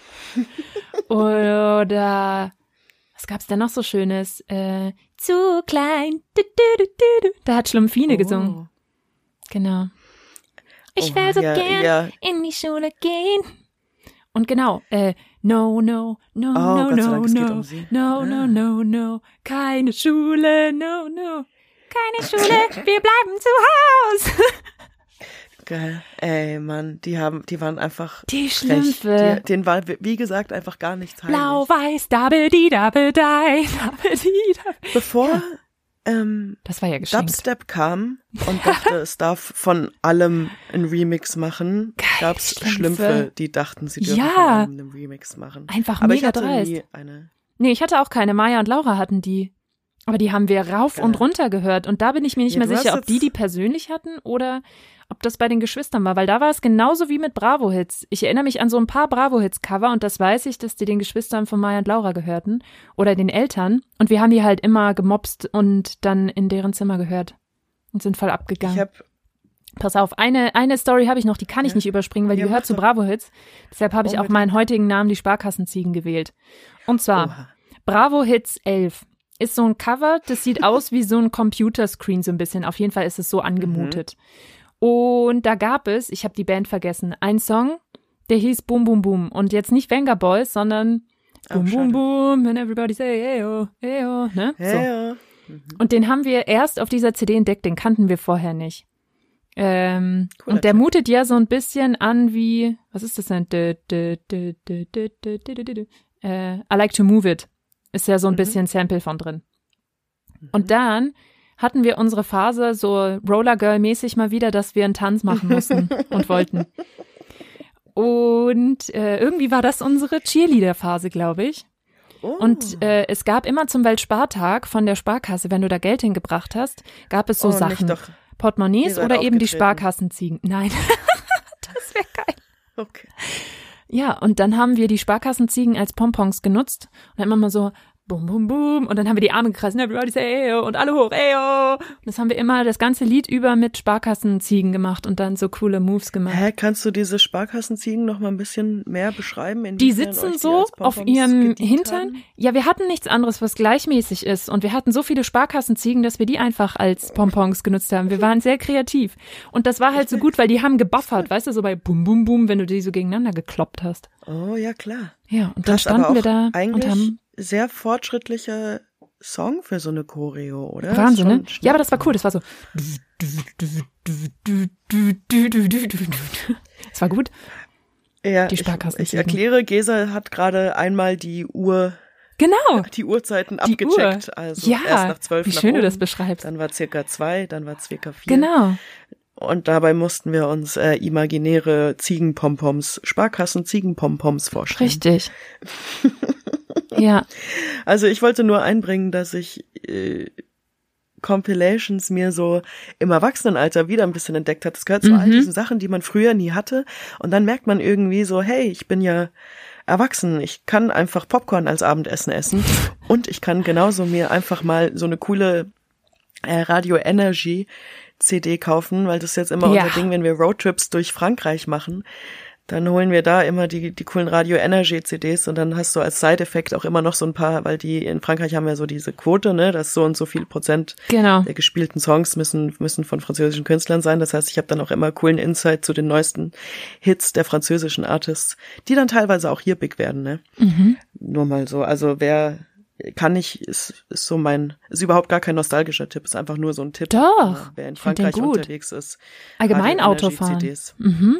Oder was gab's denn noch so Schönes? Zu klein. Da hat Schlumpfine gesungen. Genau. Ich will so gern in die Schule gehen. Und genau, no, no, no, no, no, no, no, no, no, no, keine Schule, no, no, keine Schule, wir bleiben zu Hause. Geil. Ey, Mann, die waren einfach die Schlümpfe. Denen war, wie gesagt, einfach gar nichts heilig. Blau-Weiß, dabedi-dabedei, dabedi-dabedei. Bevor das war ja geschenkt. Dubstep kam und dachte, es darf von allem einen Remix machen, gab's Schlümpfe, die dachten, sie dürfen von allem einen Remix machen. Einfach aber mega ich hatte dreist. Nie eine. Nee, ich hatte auch keine. Maya und Laura hatten die. Aber die haben wir rauf und runter gehört. Und da bin ich mir nicht mehr sicher, ob die persönlich hatten oder ob das bei den Geschwistern war. Weil da war es genauso wie mit Bravo-Hits. Ich erinnere mich an so ein paar Bravo-Hits-Cover und das weiß ich, dass die den Geschwistern von Maya und Laura gehörten. Oder den Eltern. Und wir haben die halt immer gemopst und dann in deren Zimmer gehört. Und sind voll abgegangen. Pass auf, eine Story habe ich noch, die kann ich nicht überspringen, weil die gehört zu Bravo-Hits. Deshalb habe ich auch meinen heutigen Namen, die Sparkassenziegen, gewählt. Und zwar, Bravo-Hits 11 ist so ein Cover, das sieht aus wie so ein Computerscreen so ein bisschen. Auf jeden Fall ist es so angemutet. Und da gab es, ich habe die Band vergessen, einen Song, der hieß Boom Boom Boom. Und jetzt nicht Venga Boys, sondern Boom Boom Boom, and everybody say hey-oh, hey-oh, ne? So. Und den haben wir erst auf dieser CD entdeckt, den kannten wir vorher nicht. Und der mutet ja so ein bisschen an wie, was ist das denn? I Like to Move It. Ist ja so ein bisschen Sample von drin. Und dann hatten wir unsere Phase so Roller Girl-mäßig mal wieder, dass wir einen Tanz machen mussten und wollten. Und irgendwie war das unsere Cheerleader-Phase, glaube ich. Und es gab immer zum Weltspartag von der Sparkasse, wenn du da Geld hingebracht hast, gab es so Sachen. Portemonnaies oder eben die Sparkassenziegen. Nein, das wäre geil. Okay. Ja, und dann haben wir die Sparkassenziegen als Pompons genutzt und dann immer mal so Bum, bum, bum. Und dann haben wir die Arme gekreist, everybody say eyo und alle hoch, eyo. Und das haben wir immer das ganze Lied über mit Sparkassenziegen gemacht und dann so coole Moves gemacht. Kannst du diese Sparkassenziegen noch mal ein bisschen mehr beschreiben? Die sitzen so auf ihrem Hintern. Haben? Ja, wir hatten nichts anderes, was gleichmäßig ist. Und wir hatten so viele Sparkassenziegen, dass wir die einfach als Pompons genutzt haben. Wir waren sehr kreativ. Und das war halt so gut, weil die haben gebuffert, weißt du, so bei Bum, Bum, Bum, wenn du die so gegeneinander gekloppt hast. Oh, ja, klar. Ja, und dann standen wir da und haben sehr fortschrittlicher Song für so eine Choreo, oder? Wahnsinn, ne? Ja, aber das war cool. Das war so. Das war gut. Ja, die Sparkassen. Ich erkläre, Gesa hat gerade einmal die Uhr. Genau. Die Uhrzeiten abgecheckt. Uhr. Also ja, erst nach 12 wie nach schön oben, du das beschreibst. Dann war circa 2, dann war circa 4. Genau. Und dabei mussten wir uns imaginäre Ziegenpompoms, Sparkassen-Ziegenpompoms vorstellen. Richtig. Ja. Also ich wollte nur einbringen, dass ich Compilations mir so im Erwachsenenalter wieder ein bisschen entdeckt hat. Das gehört zu all diesen Sachen, die man früher nie hatte. Und dann merkt man irgendwie so, hey, ich bin ja erwachsen. Ich kann einfach Popcorn als Abendessen essen. Und ich kann genauso mir einfach mal so eine coole Radio Energy CD kaufen, weil das ist jetzt immer unser Ding, wenn wir Roadtrips durch Frankreich machen. Dann holen wir da immer die coolen Radio Energy CDs und dann hast du als Side-Effekt auch immer noch so ein paar, weil die in Frankreich haben ja so diese Quote, ne, dass so und so viel Prozent der gespielten Songs müssen von französischen Künstlern sein. Das heißt, ich habe dann auch immer coolen Insight zu den neuesten Hits der französischen Artists, die dann teilweise auch hier big werden, ne. Nur mal so, also ist so ist überhaupt gar kein nostalgischer Tipp, ist einfach nur so ein Tipp. Doch. Wer in Frankreich unterwegs ist. Allgemein Autofahren. CDs.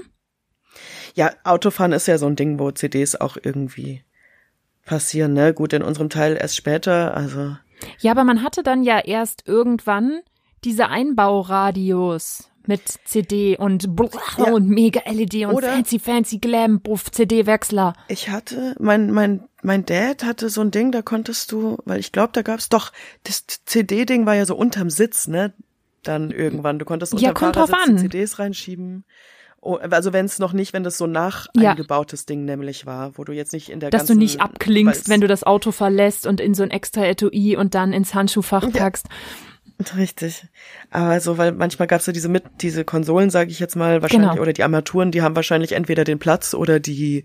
Ja, Autofahren ist ja so ein Ding, wo CDs auch irgendwie passieren, ne? Gut, in unserem Teil erst später, also. Ja, aber man hatte dann ja erst irgendwann diese Einbauradios mit CD und und Mega-LED und fancy Glam, Buff, CD-Wechsler. Ich hatte, mein Dad hatte so ein Ding, da konntest du, weil ich glaube, da gab's doch, das CD-Ding war ja so unterm Sitz, ne? Dann irgendwann, du konntest unterm Fahrersitz CDs reinschieben. Also wenn das so eingebautes Ding nämlich war, wo du jetzt nicht in der dass du nicht abklingst, wenn du das Auto verlässt und in so ein extra Etui und dann ins Handschuhfach packst. Richtig. Aber so, weil manchmal gab's ja diese Konsolen, sage ich jetzt mal, wahrscheinlich, oder die Armaturen, die haben wahrscheinlich entweder den Platz oder die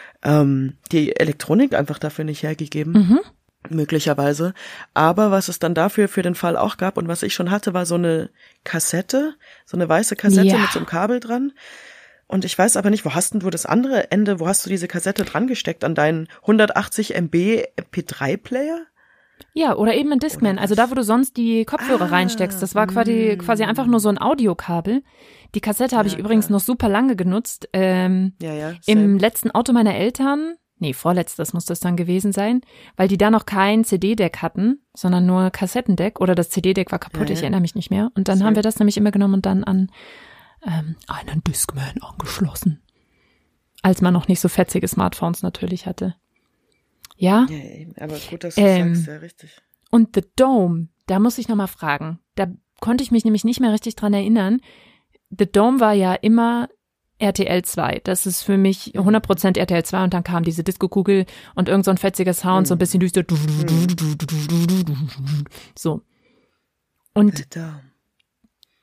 Elektronik einfach dafür nicht hergegeben. Möglicherweise. Aber was es dann dafür für den Fall auch gab und was ich schon hatte, war so eine Kassette, so eine weiße Kassette mit so einem Kabel dran. Und ich weiß aber nicht, wo hast denn du das andere Ende, wo hast du diese Kassette dran gesteckt? An deinen 180 MB MP3-Player? Ja, oder eben ein Discman, also da, wo du sonst die Kopfhörer reinsteckst. Das war quasi einfach nur so ein Audiokabel. Die Kassette habe ich übrigens noch super lange genutzt. Im letzten Auto meiner Eltern, vorletztes muss das dann gewesen sein, weil die da noch kein CD-Deck hatten, sondern nur Kassettendeck oder das CD-Deck war kaputt, ich erinnere mich nicht mehr. Und dann haben wir das nämlich immer genommen und dann an einen Discman angeschlossen. Als man noch nicht so fetzige Smartphones natürlich hatte. Ja? Ja, aber gut, dass du sagst, ja, richtig. Und The Dome, da muss ich nochmal fragen. Da konnte ich mich nämlich nicht mehr richtig dran erinnern. The Dome war ja immer RTL 2. Das ist für mich 100% RTL 2 und dann kam diese Disco-Kugel und irgend so ein fetziger Sound, so ein bisschen düster. So. Und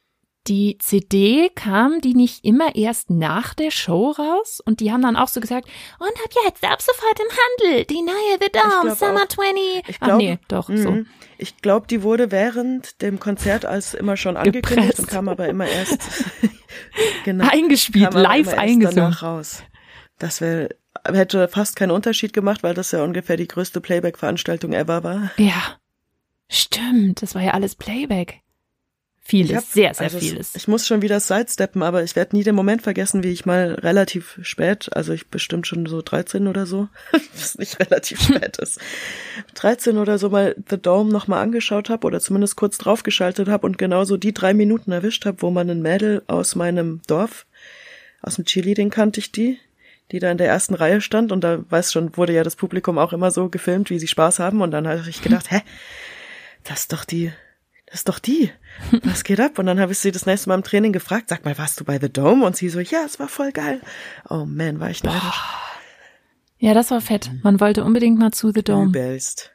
die CD kam die nicht immer erst nach der Show raus? Und die haben dann auch so gesagt, und ab jetzt ab sofort im Handel, die neue The Dome, Summer 20. Nee, doch, so. Ich glaube, die wurde während dem Konzert als immer schon angekündigt und kam aber immer erst genau, eingespielt, live eingesungen. Danach raus. Das hätte fast keinen Unterschied gemacht, weil das ja ungefähr die größte Playback-Veranstaltung ever war. Ja, stimmt, das war ja alles Playback. Vieles, sehr vieles. Ich muss schon wieder sidesteppen, aber ich werde nie den Moment vergessen, wie ich mal relativ spät, also ich bestimmt schon so 13 oder so, was nicht relativ spät ist, 13 oder so mal The Dome nochmal angeschaut habe oder zumindest kurz draufgeschaltet habe und genauso die 3 Minuten erwischt habe, wo man ein Mädel aus meinem Dorf, aus dem Cheerleading kannte ich die da in der ersten Reihe stand und da, wurde ja das Publikum auch immer so gefilmt, wie sie Spaß haben und dann habe ich gedacht, das ist doch die. Was geht ab? Und dann habe ich sie das nächste Mal im Training gefragt, sag mal, warst du bei The Dome? Und sie so, ja, es war voll geil. Oh man, war ich neidisch. Ja, das war fett. Man wollte unbedingt mal zu The Dome. Übelst.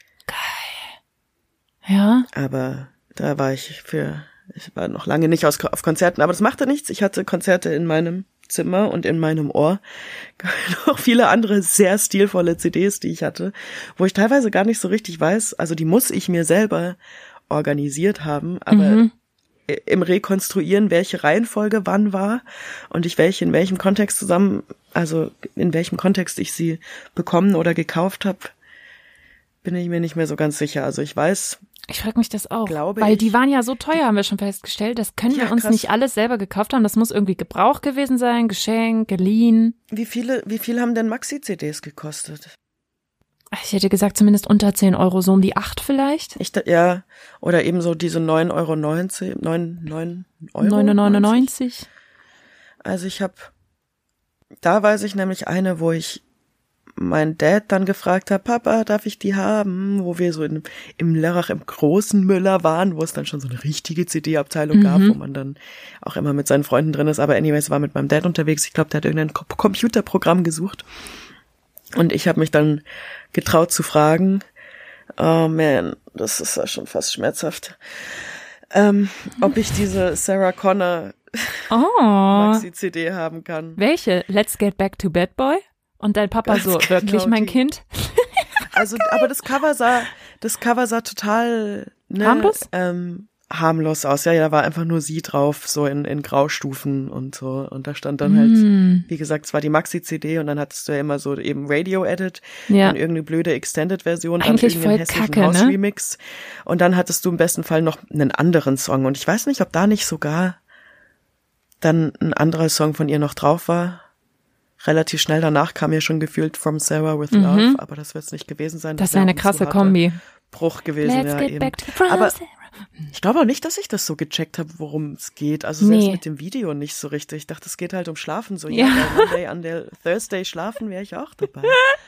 Geil. Ja. Aber da war ich war noch lange nicht auf Konzerten, aber das machte nichts. Ich hatte Konzerte in meinem Zimmer und in meinem Ohr. Noch viele andere sehr stilvolle CDs, die ich hatte, wo ich teilweise gar nicht so richtig weiß, also die muss ich mir selber organisiert haben, aber im Rekonstruieren, welche Reihenfolge wann war und in welchem Kontext in welchem Kontext ich sie bekommen oder gekauft habe, bin ich mir nicht mehr so ganz sicher. Also ich weiß. Ich frage mich das auch, weil die waren ja so teuer, haben wir schon festgestellt. Das können wir uns nicht alles selber gekauft haben. Das muss irgendwie Gebrauch gewesen sein, Geschenk, geliehen. Wie viel haben denn Maxi-CDs gekostet? Ich hätte gesagt, zumindest unter 10 Euro, so um die 8 vielleicht. Ja, oder eben so diese 9,99 Euro. 9,99. Also da weiß ich nämlich eine, wo ich meinen Dad dann gefragt habe, Papa, darf ich die haben? Wo wir so im Lörrach im großen Müller waren, wo es dann schon so eine richtige CD-Abteilung gab, wo man dann auch immer mit seinen Freunden drin ist. Aber anyways, war mit meinem Dad unterwegs. Ich glaube, der hat irgendein Computerprogramm gesucht. Und ich habe mich dann getraut zu fragen, oh man, das ist ja schon fast schmerzhaft, ob ich diese Sarah Connor Maxi-CD haben kann. Welche? Let's Get Back to Bad Boy? Und dein Papa so, wirklich mein Kind? Also, aber das Cover sah total harmlos? Harmlos aus. Ja, da war einfach nur sie drauf, so in Graustufen und so. Und da stand dann halt, wie gesagt, es war die Maxi-CD und dann hattest du ja immer so eben Radio-Edit, dann irgendeine blöde Extended-Version, dann irgendeinen hässlichen House-Remix. Und dann hattest du im besten Fall noch einen anderen Song. Und ich weiß nicht, ob da nicht sogar dann ein anderer Song von ihr noch drauf war. Relativ schnell danach kam ja schon gefühlt From Sarah with Love, aber das wird es nicht gewesen sein. Das ist eine krasse Kombi. Bruch gewesen, Let's get eben. Back to From aber Sarah. Ich glaube auch nicht, dass ich das so gecheckt habe, worum es geht. Also selbst mit dem Video nicht so richtig. Ich dachte, es geht halt um Schlafen. So, Monday an der Thursday schlafen wäre ich auch dabei.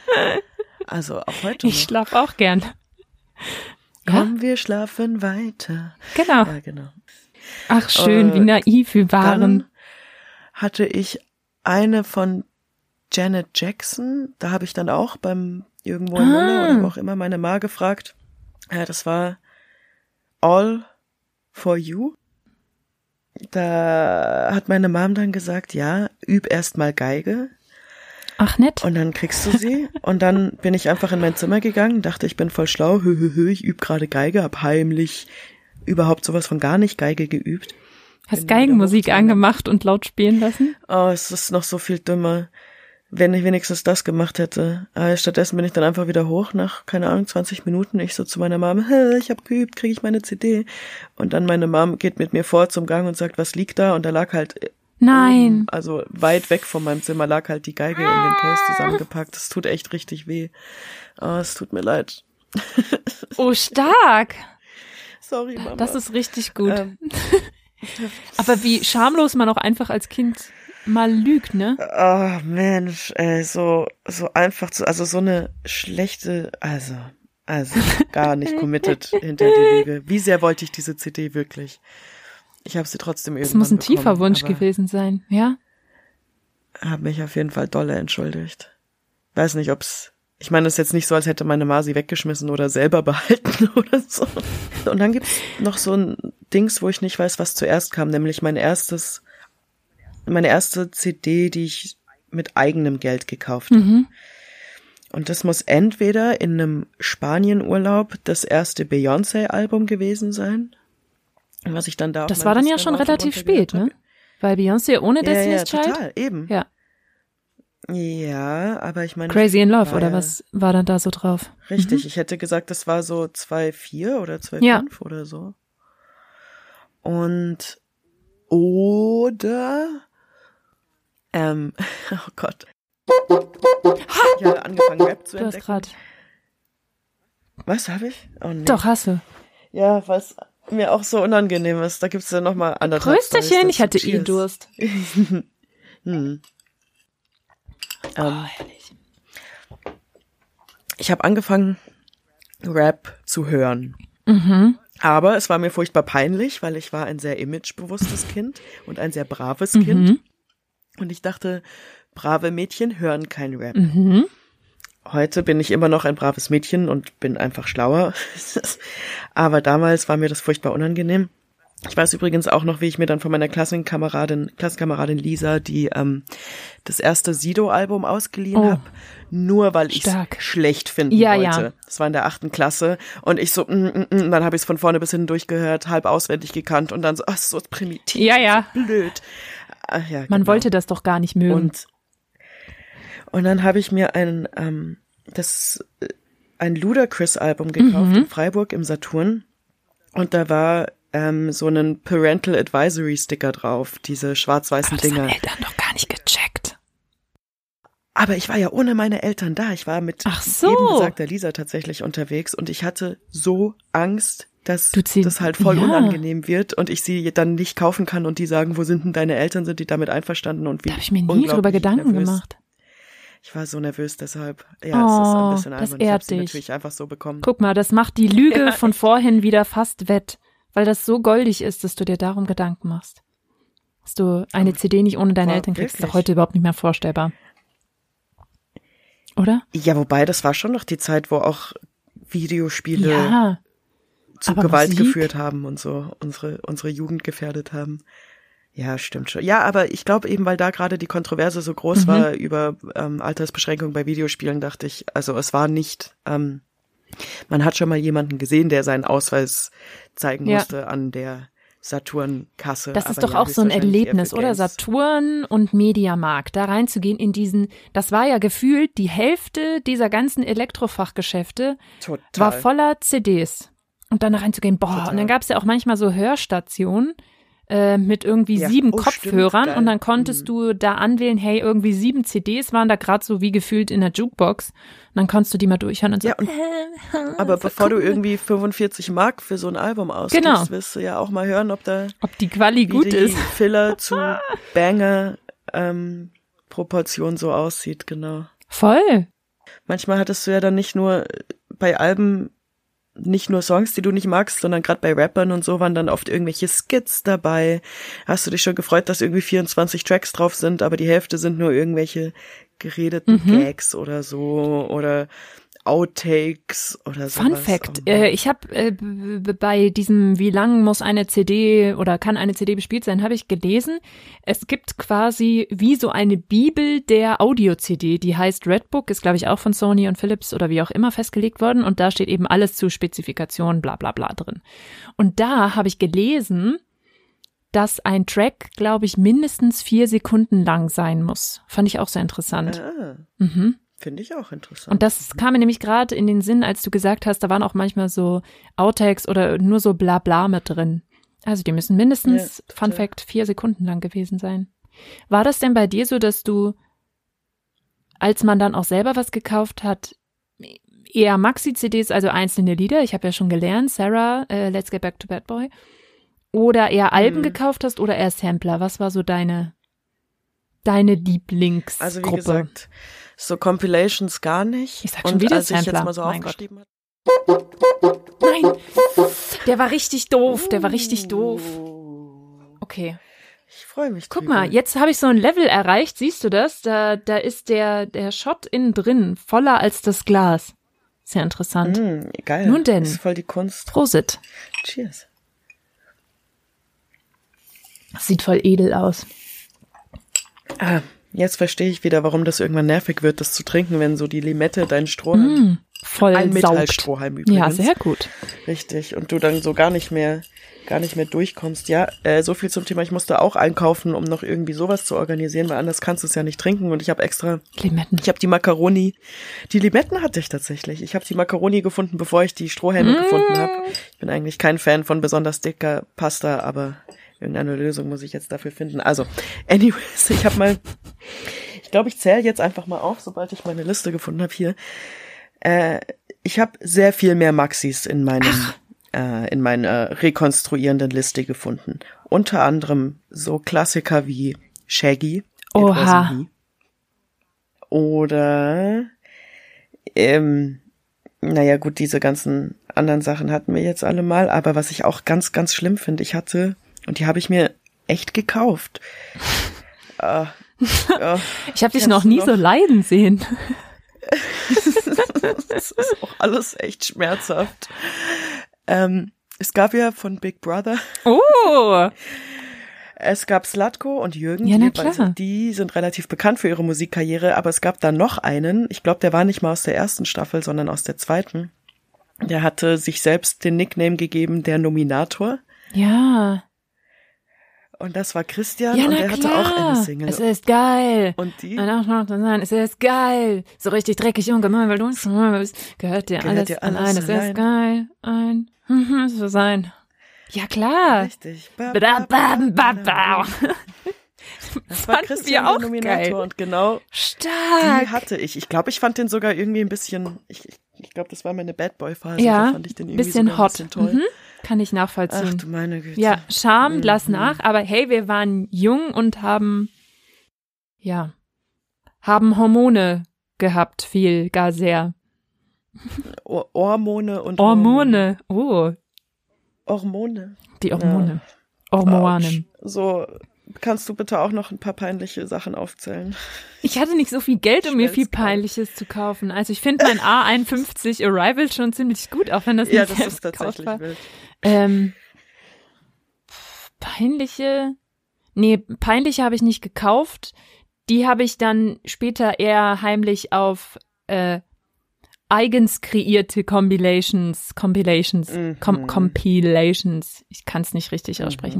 Also auch heute noch. Ich schlafe auch gern. Komm, wir schlafen weiter. Genau. Ja, genau. Ach schön, wie naiv wir waren. Dann hatte ich eine von Janet Jackson. Da habe ich dann auch beim irgendwo in Müller oder wo auch immer meine Ma gefragt. Ja, das war All for You. Da hat meine Mom dann gesagt, ja, üb erst mal Geige. Ach, nett. Und dann kriegst du sie. Und dann bin ich einfach in mein Zimmer gegangen, dachte, ich bin voll schlau, ich üb gerade Geige, hab heimlich überhaupt sowas von gar nicht Geige geübt. Hast Geigenmusik angemacht und laut spielen lassen? Oh, es ist noch so viel dümmer, wenn ich wenigstens das gemacht hätte. Stattdessen bin ich dann einfach wieder hoch nach, keine Ahnung, 20 Minuten. Ich so zu meiner Mom, ich hab geübt, kriege ich meine CD. Und dann meine Mom geht mit mir vor zum Gang und sagt, was liegt da? Und da lag halt, also weit weg von meinem Zimmer lag halt die Geige in den Case zusammengepackt. Das tut echt richtig weh. Oh, es tut mir leid. Oh, stark. Sorry, Mama. Das ist richtig gut. Aber wie schamlos man auch einfach als Kind mal lügt, ne? Oh, Mensch, ey, so einfach also so eine schlechte, also gar nicht committed hinter die Lüge. Wie sehr wollte ich diese CD wirklich? Ich habe sie trotzdem irgendwann bekommen. Es muss ein tiefer Wunsch gewesen sein, ja? Habe mich auf jeden Fall dolle entschuldigt. Weiß nicht, ob's Ich meine, es ist jetzt nicht so, als hätte meine Ma sie weggeschmissen oder selber behalten oder so. Und dann gibt's noch so ein Dings, wo ich nicht weiß, was zuerst kam, nämlich meine erste CD, die ich mit eigenem Geld gekauft habe. Und das muss entweder in einem Spanienurlaub das erste Beyoncé-Album gewesen sein, was ich dann da. Das war dann ja schon relativ spät, ne? Weil Beyoncé ohne Destiny's Child. Ja, total, eben. Ja. Ja, aber ich meine. Crazy in Love, oder was war dann da so drauf? Richtig, ich hätte gesagt, das war so 2,4 oder 2,5 oder so. Und, oder, oh Gott. Ich habe angefangen, Rap zu entdecken. Du hast grad. Was habe ich? Oh nee. Doch, hast du. Ja, was mir auch so unangenehm ist. Da gibt's ja nochmal anderthalb. Prösterchen, ich hatte eh Durst. Herrlich. Ich habe angefangen, Rap zu hören. Aber es war mir furchtbar peinlich, weil ich war ein sehr imagebewusstes Kind und ein sehr braves Kind. Und ich dachte, brave Mädchen hören kein Rap. Heute bin ich immer noch ein braves Mädchen und bin einfach schlauer. Aber damals war mir das furchtbar unangenehm. Ich weiß übrigens auch noch, wie ich mir dann von meiner Klassenkameradin Lisa das erste Sido-Album ausgeliehen habe, nur weil ich es schlecht finden wollte. Ja. Das war in der 8. Klasse und ich so, dann habe ich es von vorne bis hinten durchgehört, halb auswendig gekannt und dann so, so primitiv, so blöd. Ach, ja, Man wollte das doch gar nicht mögen. Und dann habe ich mir ein Ludacris-Album gekauft in Freiburg im Saturn und da war so einen Parental Advisory Sticker drauf, diese schwarz-weißen Dinger. Das haben Eltern doch gar nicht gecheckt. Aber ich war ja ohne meine Eltern da. Ich war mit eben besagter Lisa tatsächlich unterwegs und ich hatte so Angst, dass das halt voll unangenehm wird und ich sie dann nicht kaufen kann und die sagen, wo sind denn deine Eltern, sind die damit einverstanden und wie. Da habe ich mir nie drüber Gedanken gemacht. Ich war so nervös, deshalb, es ist ein bisschen albern. Ich habe sie natürlich einfach so bekommen. Guck mal, das macht die Lüge von vorhin wieder fast wett. Weil das so goldig ist, dass du dir darum Gedanken machst. Dass du eine CD nicht ohne deine Eltern kriegst, ist doch heute überhaupt nicht mehr vorstellbar. Oder? Ja, wobei, das war schon noch die Zeit, wo auch Videospiele zu Gewalt geführt haben und so unsere Jugend gefährdet haben. Ja, stimmt schon. Ja, aber ich glaube eben, weil da gerade die Kontroverse so groß war über Altersbeschränkungen bei Videospielen, dachte ich, also es war nicht... man hat schon mal jemanden gesehen, der seinen Ausweis zeigen musste an der Saturn-Kasse. Das ist doch auch so ein Erlebnis, oder? Saturn und Mediamarkt, da reinzugehen in diesen, das war ja gefühlt, die Hälfte dieser ganzen Elektrofachgeschäfte war voller CDs. Und dann da reinzugehen, und dann gab es ja auch manchmal so Hörstationen mit irgendwie 7 Kopfhörern stimmt, und dann konntest du da anwählen, hey, irgendwie 7 CDs waren da gerade so wie gefühlt in der Jukebox. Und dann konntest du die mal durchhören und so. Ja, aber bevor du irgendwie 45 Mark für so ein Album ausgibst, wirst du ja auch mal hören, ob die Quali gut ist. Die Filler zu Banger Proportion so aussieht, genau. Voll. Manchmal hattest du ja dann nicht nur bei Alben nicht nur Songs, die du nicht magst, sondern gerade bei Rappern und so waren dann oft irgendwelche Skits dabei. Hast du dich schon gefreut, dass irgendwie 24 Tracks drauf sind, aber die Hälfte sind nur irgendwelche geredeten Gags oder so oder Outtakes oder so. Fun Fact, ich habe bei diesem wie lang muss eine CD oder kann eine CD bespielt sein, habe ich gelesen, es gibt quasi wie so eine Bibel der Audio-CD, die heißt Redbook, ist glaube ich auch von Sony und Philips oder wie auch immer festgelegt worden und da steht eben alles zu Spezifikationen bla bla bla drin. Und da habe ich gelesen, dass ein Track, glaube ich, mindestens 4 Sekunden lang sein muss. Fand ich auch sehr interessant. Finde ich auch interessant. Und das kam mir nämlich gerade in den Sinn, als du gesagt hast, da waren auch manchmal so Outtakes oder nur so Blabla mit drin. Also die müssen mindestens, Fun Fact, 4 Sekunden lang gewesen sein. War das denn bei dir so, dass du, als man dann auch selber was gekauft hat, eher Maxi-CDs, also einzelne Lieder, ich habe ja schon gelernt, Sarah, Let's Get Back to Bad Boy, oder eher Alben gekauft hast oder eher Sampler? Was war so deine Lieblingsgruppe? Also wie gesagt, so Compilations gar nicht. Ich sag schon wieder Sampler. Ich jetzt mal so aufgeschrieben habe. Nein, der war richtig doof, Okay. Ich freue mich. Guck mal, jetzt habe ich so ein Level erreicht, siehst du das? Da ist der Shot innen drin voller als das Glas. Sehr interessant. Geil. Nun denn. Das ist voll die Kunst. Prosit. Cheers. Das sieht voll edel aus. Jetzt verstehe ich wieder, warum das irgendwann nervig wird, das zu trinken, wenn so die Limette deinen Strohhalm voll ein saugt. Metallstrohhalm übrigens. Ja, sehr gut. Richtig. Und du dann so gar nicht mehr durchkommst. Ja, so viel zum Thema. Ich musste auch einkaufen, um noch irgendwie sowas zu organisieren, weil anders kannst du es ja nicht trinken. Und ich habe extra Limetten. Ich habe die Macaroni. Die Limetten hatte ich tatsächlich. Ich habe die Macaroni gefunden, bevor ich die Strohhalme gefunden habe. Ich bin eigentlich kein Fan von besonders dicker Pasta, aber irgendeine Lösung muss ich jetzt dafür finden. Also, anyways, ich glaube, ich zähle jetzt einfach mal auf, sobald ich meine Liste gefunden habe hier. Ich habe sehr viel mehr Maxis in meiner rekonstruierenden Liste gefunden. Unter anderem so Klassiker wie Shaggy. Oha. Oder, naja gut, diese ganzen anderen Sachen hatten wir jetzt alle mal, aber was ich auch ganz, ganz schlimm finde, und die habe ich mir echt gekauft. Ich habe dich noch nie so leiden sehen. Das ist auch alles echt schmerzhaft. Es gab ja von Big Brother. Oh! Es gab Zlatko und Jürgen. Ja, na klar. Die sind relativ bekannt für ihre Musikkarriere, aber es gab da noch einen. Ich glaube, der war nicht mal aus der ersten Staffel, sondern aus der zweiten. Der hatte sich selbst den Nickname gegeben, der Nominator. Ja. Und das war Christian, ja, und der hatte auch eine Single. Es ist geil. Und die? Es ist geil. So richtig dreckig und gemein, weil du gehört dir alles allein. Es ist geil. So sein. Ja, klar. Richtig. Das war Christian der Nominator geil. Und genau stark. Die hatte ich. Ich glaube, ich fand den sogar irgendwie ein bisschen, ich glaube, das war meine Bad Boy Phase. Ja, da fand ich den irgendwie bisschen hot. Ein bisschen toll. Kann ich nachvollziehen. Ach du meine Güte. Ja, Charme, lass nach, aber hey, wir waren jung und haben Hormone gehabt, viel, gar sehr. Hormone und Hormone, oh. Hormone. Die Hormone. Ja. Hormone. So, kannst du bitte auch noch ein paar peinliche Sachen aufzählen? Ich hatte nicht so viel Geld, um mir viel Peinliches zu kaufen. Also ich finde mein A51 Arrival schon ziemlich gut, auch wenn das nicht das ist tatsächlich war. Wild. Peinliche habe ich nicht gekauft. Die habe ich dann später eher heimlich auf eigens kreierte Compilations, ich kann es nicht richtig aussprechen,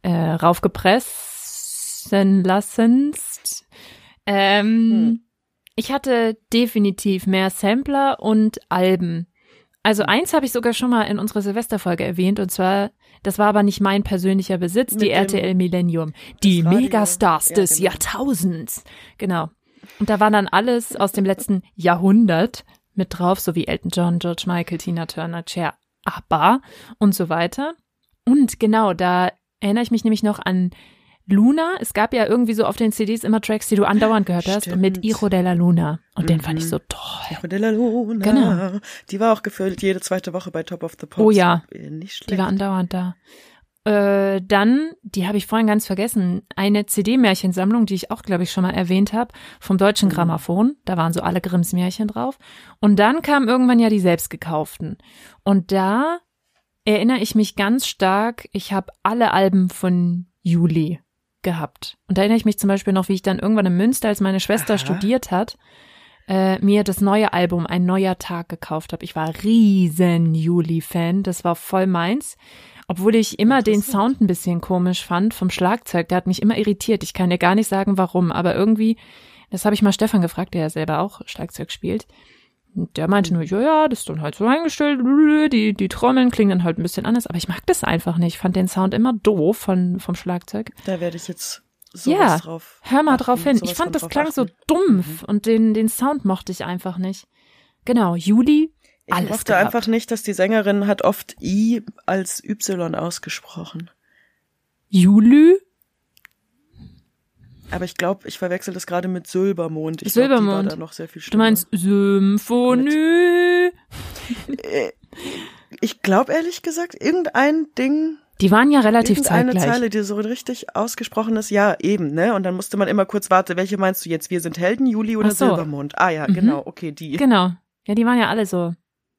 raufgepressen lassen. Ich hatte definitiv mehr Sampler und Alben. Also eins habe ich sogar schon mal in unserer Silvesterfolge erwähnt, und zwar, das war aber nicht mein persönlicher Besitz, die RTL Millennium. Die Megastars des Jahrtausends. Genau. Und da war dann alles aus dem letzten Jahrhundert mit drauf, so wie Elton John, George Michael, Tina Turner, Cher, ABBA und so weiter. Und genau, da erinnere ich mich nämlich noch an Luna. Es gab ja irgendwie so auf den CDs immer Tracks, die du andauernd gehört hast, und mit Hijo de la Luna. Und den fand ich so toll. Hijo de la Luna. Genau. Die war auch gefühlt jede zweite Woche bei Top of the Pops. Oh ja, nicht schlecht. Die war andauernd da. Dann, die habe ich vorhin ganz vergessen, eine CD-Märchensammlung, die ich auch, glaube ich, schon mal erwähnt habe, vom Deutschen Grammophon. Da waren so alle Grimms Märchen drauf. Und dann kamen irgendwann ja die selbstgekauften. Und da erinnere ich mich ganz stark, ich habe alle Alben von Juli gehabt. Und da erinnere ich mich zum Beispiel noch, wie ich dann irgendwann in Münster, als meine Schwester studiert hat, mir das neue Album Ein neuer Tag gekauft habe. Ich war riesen Juli-Fan, das war voll meins. Obwohl ich immer den Sound ein bisschen komisch fand vom Schlagzeug, der hat mich immer irritiert. Ich kann dir gar nicht sagen, warum, aber irgendwie, das habe ich mal Stefan gefragt, der ja selber auch Schlagzeug spielt. Und der meinte nur, ja, das ist dann halt so eingestellt, die Trommeln klingen dann halt ein bisschen anders, aber ich mag das einfach nicht. Ich fand den Sound immer doof vom Schlagzeug. Da werde ich jetzt sowas drauf hör mal drauf hin. Ich fand, das klang so dumpf und den Sound mochte ich einfach nicht. Genau, Juli. Ich mochte einfach nicht, dass die Sängerin hat oft I als Y ausgesprochen. Juli? Aber ich glaube, ich verwechsel das gerade mit Silbermond. Silbermond. Glaub, die war da noch sehr viel schlimmer. Du meinst Symphonie? Ich glaube ehrlich gesagt, irgendein Ding Die waren ja relativ Irgendeine zeitgleich. Zeile, die so richtig ausgesprochen ist, ja, eben, ne? Und dann musste man immer kurz warten, welche meinst du jetzt? Wir sind Helden, Juli oder Ach so. Silbermond? Ah ja, genau, okay, die. Genau. Ja, die waren ja alle so.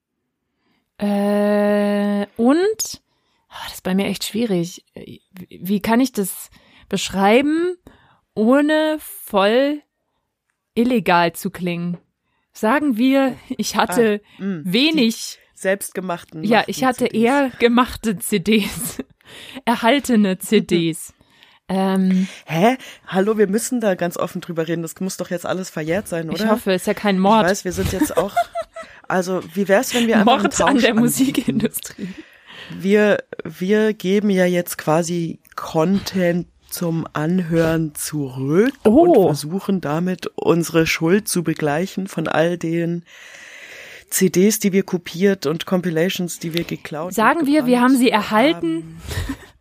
Und, das ist bei mir echt schwierig. Wie kann ich das beschreiben, ohne voll illegal zu klingen? Sagen wir, ich hatte wenig selbstgemachten. Ja, ich hatte CDs. eher gemachte CDs. Erhaltene CDs. Hä? Hallo, wir müssen da ganz offen drüber reden. Das muss doch jetzt alles verjährt sein, oder? Ich hoffe, es ist ja kein Mord. Ich weiß, wir sind jetzt auch, also wie wär's, wenn wir einfach einen Mord Tausch an der anbieten? Musikindustrie. Wir geben ja jetzt quasi Content zum Anhören zurück Oh. und versuchen damit unsere Schuld zu begleichen von all den CDs, die wir kopiert und Compilations, die wir geklaut Sagen und wir gebrannt haben sie erhalten haben.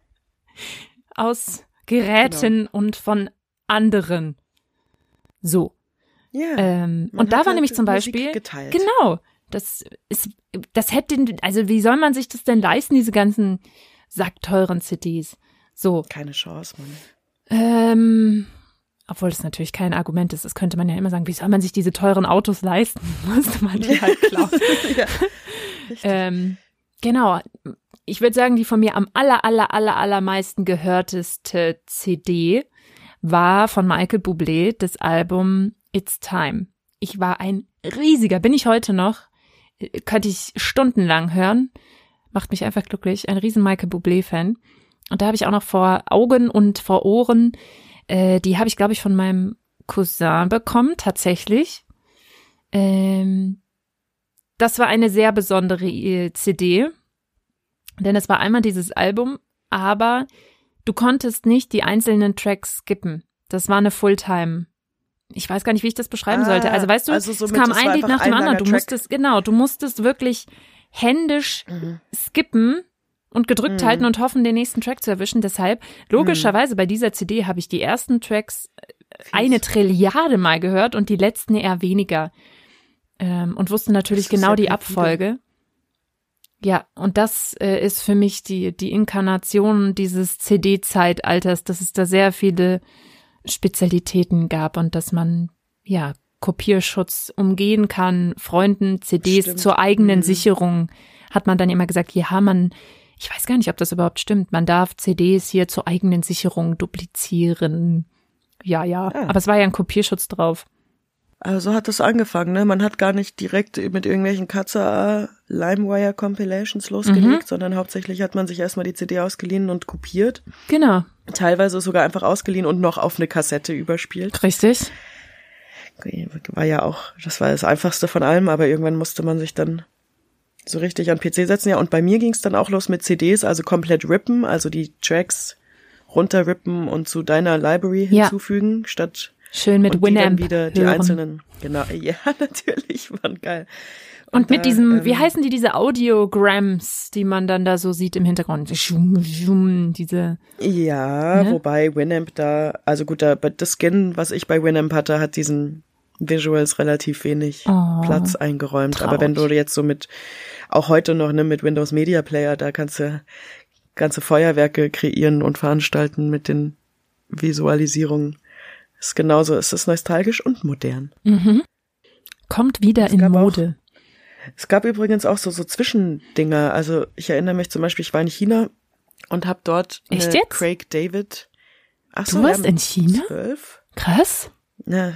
aus Geräten und von anderen. So. Ja. Und Man da hat war halt nämlich zum Musik Beispiel, geteilt. genau, das hätte, also wie soll man sich das denn leisten, diese ganzen sackteuren CDs? So. Keine Chance, Mann. Obwohl das natürlich kein Argument ist, das könnte man ja immer sagen, wie soll man sich diese teuren Autos leisten? Musste man die halt klauen. Ja, richtig. Genau, ich würde sagen, die von mir am allermeisten gehörteste CD war von Michael Bublé, das Album It's Time. Ich war ein riesiger, bin ich heute noch, könnte ich stundenlang hören, macht mich einfach glücklich, ein riesen Michael Bublé-Fan. Und da habe ich auch noch vor Augen und vor Ohren, die habe ich, glaube ich, von meinem Cousin bekommen, tatsächlich. Das war eine sehr besondere CD, denn es war einmal dieses Album, aber du konntest nicht die einzelnen Tracks skippen. Das war eine Fulltime. Ich weiß gar nicht, wie ich das beschreiben sollte. Also weißt du, also es somit, kam das war ein Lied einfach nach dem ein anderen. langer Du musstest wirklich händisch skippen und gedrückt halten und hoffen, den nächsten Track zu erwischen. Deshalb, logischerweise, bei dieser CD habe ich die ersten Tracks eine Trilliarde Mal gehört und die letzten eher weniger. Und wusste natürlich genau die Abfolge. Ja, und das ist für mich die Inkarnation dieses CD-Zeitalters, dass es da sehr viele Spezialitäten gab und dass man, ja, Kopierschutz umgehen kann, Freunden CDs Stimmt. zur eigenen Sicherung, hat man dann immer gesagt, ja, ich weiß gar nicht, ob das überhaupt stimmt, man darf CDs hier zur eigenen Sicherung duplizieren. Ja, aber es war ja ein Kopierschutz drauf. Also so hat das angefangen, ne? Man hat gar nicht direkt mit irgendwelchen Katza LimeWire Compilations losgelegt, sondern hauptsächlich hat man sich erstmal die CD ausgeliehen und kopiert. Genau. Teilweise sogar einfach ausgeliehen und noch auf eine Kassette überspielt. Richtig. War ja auch, das war das Einfachste von allem, aber irgendwann musste man sich dann so richtig an PC setzen. Ja, und bei mir ging es dann auch los mit CDs, also komplett rippen, also die Tracks runterrippen und zu deiner Library hinzufügen, statt schön mit und die Winamp dann wieder die hören. einzelnen, genau, ja, natürlich, waren geil. Und mit da, diesem, wie heißen diese Audiograms, die man dann da so sieht im Hintergrund? Diese. Ja, Ne? wobei Winamp da, also gut, das Skin, was ich bei Winamp hatte, hat diesen Visuals relativ wenig Platz eingeräumt. traurig. Aber wenn du jetzt so auch heute noch, ne, mit Windows Media Player, da kannst du ganze Feuerwerke kreieren und veranstalten mit den Visualisierungen. Ist genauso, es ist nostalgisch und modern. Kommt wieder in gab Mode. Es gab übrigens auch so Zwischendinger. Also ich erinnere mich zum Beispiel, ich war in China und habe dort eine Echt jetzt? Craig David. Ach Du so, warst ja, in China? 12. Krass. Ja,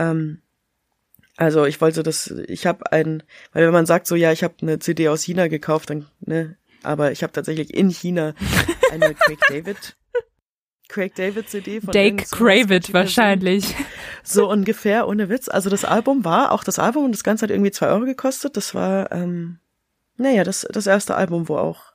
also ich wollte weil wenn man sagt so, ja, ich habe eine CD aus China gekauft, dann, ne, aber ich habe tatsächlich in China eine Craig David CD von Dake Cravit wahrscheinlich. So ungefähr, ohne Witz. Also das Album und das Ganze hat irgendwie 2 Euro gekostet. Das war, das erste Album, wo auch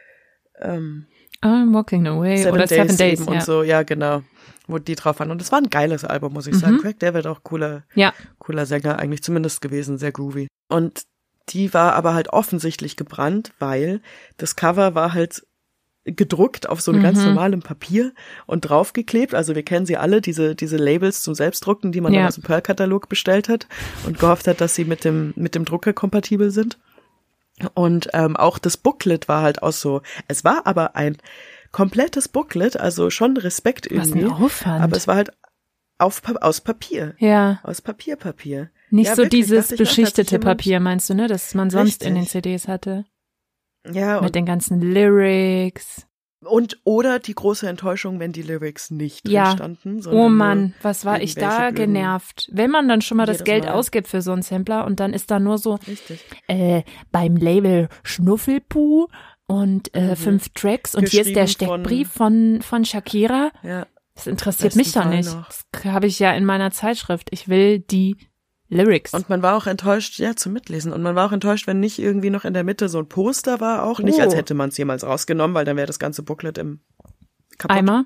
I'm Walking Away oder Seven Days und so, ja, genau, wo die drauf waren. Und das war ein geiles Album, muss ich sagen. Craig David auch cooler Sänger eigentlich zumindest gewesen, sehr groovy. Und die war aber halt offensichtlich gebrannt, weil das Cover war halt gedruckt auf so einem ganz normalem Papier und draufgeklebt. Also wir kennen sie alle, diese Labels zum Selbstdrucken, die man dann aus dem Pearl-Katalog bestellt hat und gehofft hat, dass sie mit dem Drucker kompatibel sind. Und auch das Booklet war halt auch so, es war aber ein komplettes Booklet, also schon Respekt irgendwie. Was ein Aufwand. Aber es war halt aus Papier. Ja. Aus Papier. Nicht ja, so wirklich, dieses dachte ich noch, beschichtete Papier, meinst du, ne? Das man sonst in den Richtig. CDs hatte. Ja. Mit den ganzen Lyrics. Oder die große Enttäuschung, wenn die Lyrics nicht drin Ja. standen. Sondern Oh nur Mann, was war ich da irgendwelche blöden- genervt. Wenn man dann schon mal das Jedes Geld Mal. ausgibt für so einen Sampler und dann ist da nur so, Richtig. beim Label Schnuffelpuh und 5 Tracks und hier ist der Geschrieben Steckbrief von Shakira. Ja. Das interessiert Besten mich doch Fall nicht. noch. Das habe ich ja in meiner Zeitschrift. Ich will die Lyrics. Und man war auch enttäuscht, ja, zum Mitlesen. Und man war auch enttäuscht, wenn nicht irgendwie noch in der Mitte so ein Poster war, auch nicht, als hätte man es jemals rausgenommen, weil dann wäre das ganze Booklet kaputt. Eimer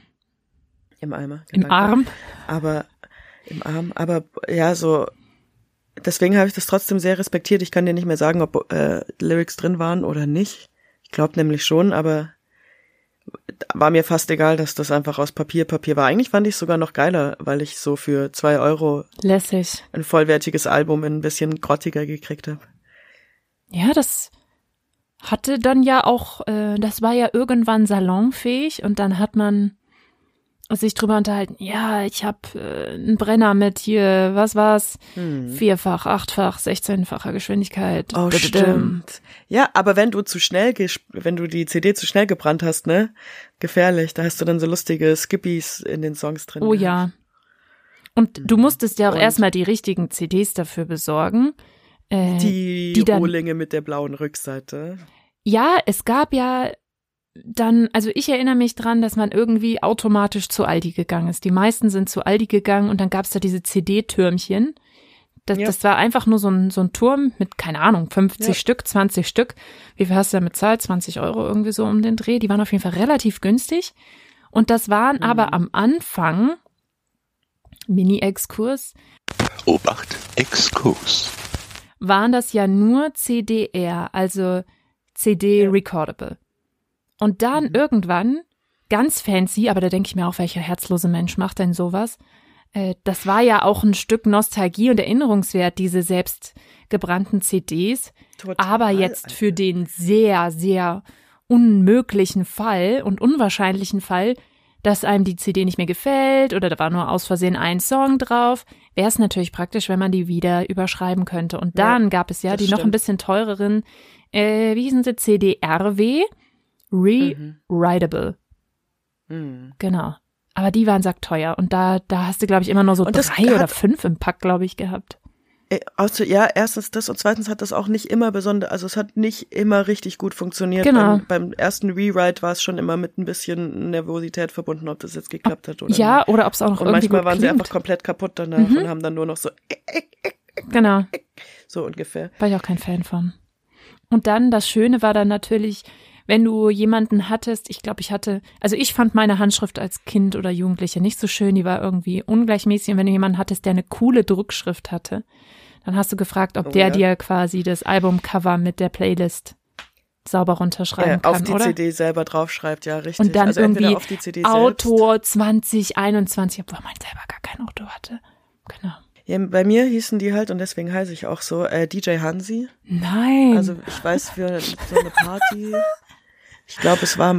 Im Eimer. im Gedanke. Arm. Aber im Arm. Aber ja, so, deswegen habe ich das trotzdem sehr respektiert. Ich kann dir nicht mehr sagen, ob Lyrics drin waren oder nicht. Ich glaube nämlich schon, aber war mir fast egal, dass das einfach aus Papier war. Eigentlich fand ich es sogar noch geiler, weil ich so für 2 Euro Lässig. ein vollwertiges Album ein bisschen grottiger gekriegt habe. Ja, das hatte dann ja auch, das war ja irgendwann salonfähig und dann hat man sich drüber unterhalten, ja, ich habe einen Brenner mit hier, was war's? 4-fach, 8-fach, 16-facher Geschwindigkeit. Oh, stimmt. Ja, aber wenn du wenn du die CD zu schnell gebrannt hast, ne? Gefährlich. Da hast du dann so lustige Skippies in den Songs drin. Oh ja. Und du musstest ja auch Und- erstmal die richtigen CDs dafür besorgen. Die dann- Rohlinge mit der blauen Rückseite. Ja, es gab ja dann, also ich erinnere mich dran, dass man irgendwie automatisch zu Aldi gegangen ist. Die meisten sind zu Aldi gegangen und dann gab es da diese CD-Türmchen. Das war einfach nur so ein Turm mit, keine Ahnung, 50 Stück, 20 Stück. Wie viel hast du damit bezahlt? 20 Euro irgendwie so um den Dreh. Die waren auf jeden Fall relativ günstig. Und das waren aber am Anfang, Mini-Exkurs, Obacht, Exkurs. waren das ja nur CDR, also CD Recordable. Und dann irgendwann, ganz fancy, aber da denke ich mir auch, welcher herzlose Mensch macht denn sowas? Das war ja auch ein Stück Nostalgie und Erinnerungswert, diese selbst gebrannten CDs. Total, aber jetzt Alter. für den sehr, sehr unmöglichen Fall und unwahrscheinlichen Fall, dass einem die CD nicht mehr gefällt oder da war nur aus Versehen ein Song drauf, wäre es natürlich praktisch, wenn man die wieder überschreiben könnte. Und dann gab es ja das die noch ein stimmt. bisschen teureren, wie hießen sie, CD-RW, Rewritable. Genau. Aber die waren sackteuer und da hast du, glaube ich, immer nur so Und das 3 oder hat- 5 im Pack, glaube ich, gehabt. Also, ja, erstens das und zweitens hat das auch nicht immer also es hat nicht immer richtig gut funktioniert. Genau. Beim ersten Rewrite war es schon immer mit ein bisschen Nervosität verbunden, ob das jetzt geklappt hat oder Ja, nicht. oder ob es auch noch Und irgendwie manchmal gut waren sie klingt. einfach komplett kaputt danach und haben dann nur noch Genau. so ungefähr. War ich auch kein Fan von. Und dann, das Schöne war dann natürlich, wenn du jemanden hattest, ich fand meine Handschrift als Kind oder Jugendliche nicht so schön, die war irgendwie ungleichmäßig. Und wenn du jemanden hattest, der eine coole Druckschrift hatte, dann hast du gefragt, ob der dir quasi das Albumcover mit der Playlist sauber runterschreiben kann, Auf die oder? CD selber draufschreibt, ja, richtig. Und dann also entweder irgendwie auf die CD Autor 2021, obwohl man selber gar kein Auto hatte. Genau. Ja, bei mir hießen die halt, und deswegen heiße ich auch so, DJ Hansi. Nein. Also ich weiß, für so eine Party, ich glaube, es war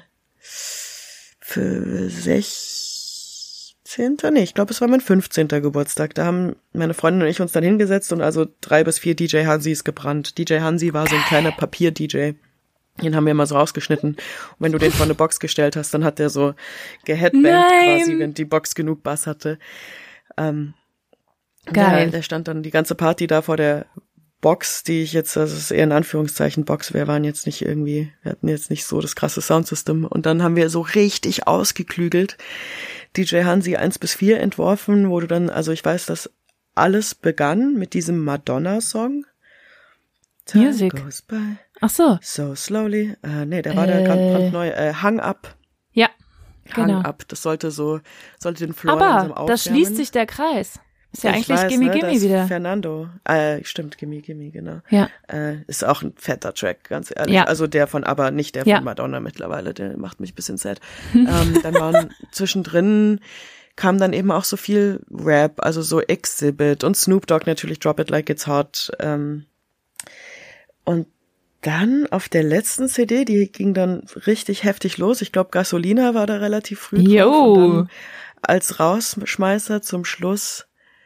für 16. Nee, ich glaube, es war mein 15. Geburtstag. Da haben meine Freundin und ich uns dann hingesetzt und also 3 bis 4 DJ Hansis gebrannt. DJ Hansi war so ein kleiner Papier-DJ. Den haben wir mal so rausgeschnitten. Und wenn du den vor eine Box gestellt hast, dann hat der so geheadbangt quasi, wenn die Box genug Bass hatte. Geil. Ja, der stand dann die ganze Party da vor der Box, die ich jetzt, also es ist eher in Anführungszeichen Box, wir hatten jetzt nicht so das krasse Soundsystem. Und dann haben wir so richtig ausgeklügelt DJ Hansi 1 bis 4 entworfen, wo du dann, also ich weiß, dass alles begann mit diesem Madonna-Song. Music. Time goes by Ach so. so slowly. Nee, der war der brandneue. Hang Up. Ja. Hang Genau. Up. Das sollte den Floor langsam Aber das aufwärmen. schließt sich der Kreis. Ist ja Ich eigentlich weiß, Gimme ne, da Gimme ist wieder. Fernando. Stimmt, Gimme Gimme, genau. Ja. Ist auch ein fetter Track, ganz ehrlich. Ja. Also aber nicht der Ja. von Madonna mittlerweile, der macht mich ein bisschen sad. Dann waren zwischendrin kam dann eben auch so viel Rap, also so Exhibit und Snoop Dogg natürlich Drop It Like It's Hot. Und dann auf der letzten CD, die ging dann richtig heftig los. Ich glaube, Gasolina war da relativ früh drauf. Und dann als Rausschmeißer zum Schluss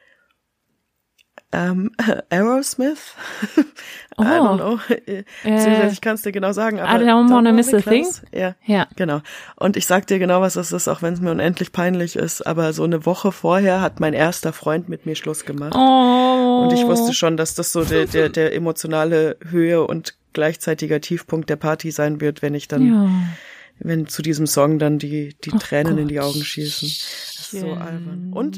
Aerosmith. I don't know. Ich kann es dir genau sagen. Aber I don't wanna miss a thing. Ja, genau. Und ich sag dir genau, was das ist, auch wenn es mir unendlich peinlich ist. Aber so eine Woche vorher hat mein erster Freund mit mir Schluss gemacht. Und ich wusste schon, dass das so der emotionale Höhe und gleichzeitiger Tiefpunkt der Party sein wird, wenn ich dann, wenn zu diesem Song dann die Tränen in die Augen schießen. Das ist so albern. Und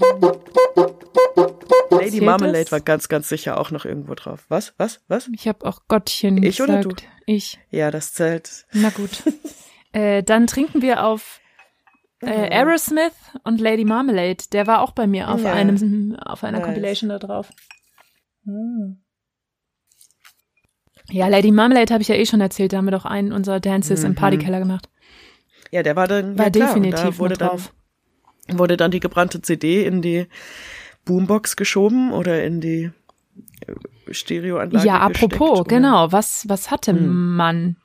Lady Marmalade war ganz, ganz sicher auch noch irgendwo drauf. Was? Ich habe auch Gottchen ich gesagt. Oder du? Ich. Ja, das zählt. Na gut. Dann trinken wir auf Aerosmith und Lady Marmalade. Der war auch bei mir auf einer Compilation da drauf. Ja, Lady Marmalade habe ich ja schon erzählt. Da haben wir doch einen unserer Dances im Partykeller gemacht. Ja, der war dann definitiv da drauf. Wurde dann die gebrannte CD in die Boombox geschoben oder in die Stereoanlage Ja, apropos, gesteckt, genau. Was hatte man?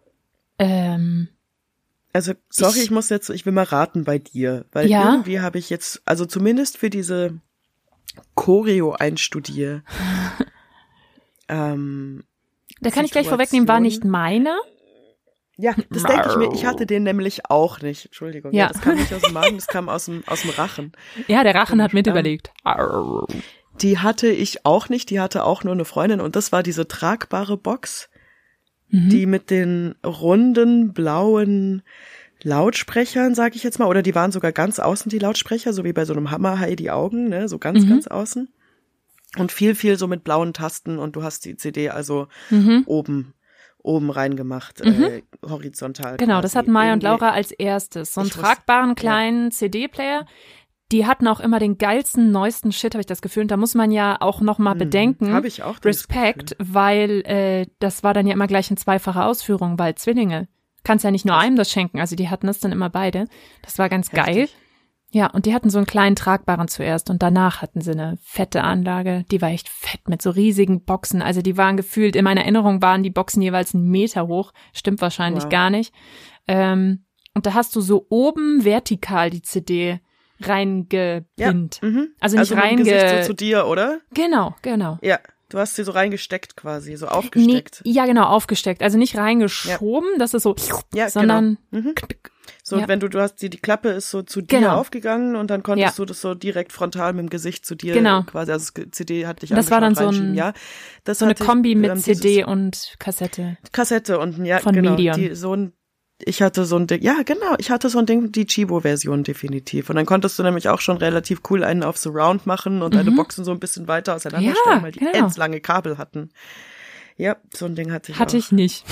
Also, sorry, ich will mal raten bei dir, weil irgendwie habe ich jetzt, also zumindest für diese Choreo einstudier. Da kann ich gleich vorwegnehmen, war nicht meine. Ja, das denke ich mir. Ich hatte den nämlich auch nicht. Entschuldigung. Ja. Das kam nicht aus dem Magen, das kam aus dem Rachen. Ja, der Rachen hat mit überlegt. Die hatte ich auch nicht. Die hatte auch nur eine Freundin. Und das war diese tragbare Box, die mit den runden, blauen Lautsprechern, sag ich jetzt mal. Oder die waren sogar ganz außen, die Lautsprecher, so wie bei so einem Hammerhai die Augen, ne, so ganz, ganz außen. Und viel so mit blauen Tasten. Und du hast die CD also oben reingemacht, horizontal. Genau, quasi. Das hatten Maya und Laura als erstes. So einen tragbaren kleinen CD-Player. Die hatten auch immer den geilsten, neuesten Shit, habe ich das Gefühl. Und da muss man ja auch noch mal bedenken. Habe ich auch Respekt, weil das war dann ja immer gleich in zweifacher Ausführung, weil Zwillinge. Kannst ja nicht nur einem das schenken. Also die hatten das dann immer beide. Das war ganz geil. Ja, und die hatten so einen kleinen tragbaren zuerst und danach hatten sie eine fette Anlage. Die war echt fett mit so riesigen Boxen. Also die waren gefühlt, in meiner Erinnerung waren die Boxen jeweils 1 Meter hoch. Stimmt wahrscheinlich gar nicht. Und da hast du so oben vertikal die CD reingepinnt. Ja, also nicht so zu dir, oder? Genau. Ja, du hast sie so reingesteckt quasi, so aufgesteckt. Nee, ja, genau, aufgesteckt. Also nicht reingeschoben, das ist so, sondern so, wenn du hast die Klappe ist so zu dir aufgegangen und dann konntest du das so direkt frontal mit dem Gesicht zu dir quasi, also das CD hat dich das war dann so eine Kombi mit CD und Kassette. Und von Medion. Ich hatte so ein Ding, die Chibo-Version definitiv. Und dann konntest du nämlich auch schon relativ cool einen auf Surround machen und deine Boxen so ein bisschen weiter auseinanderstellen, weil die lange Kabel hatten. Ja, so ein Ding hatte ich auch. Hatte ich nicht.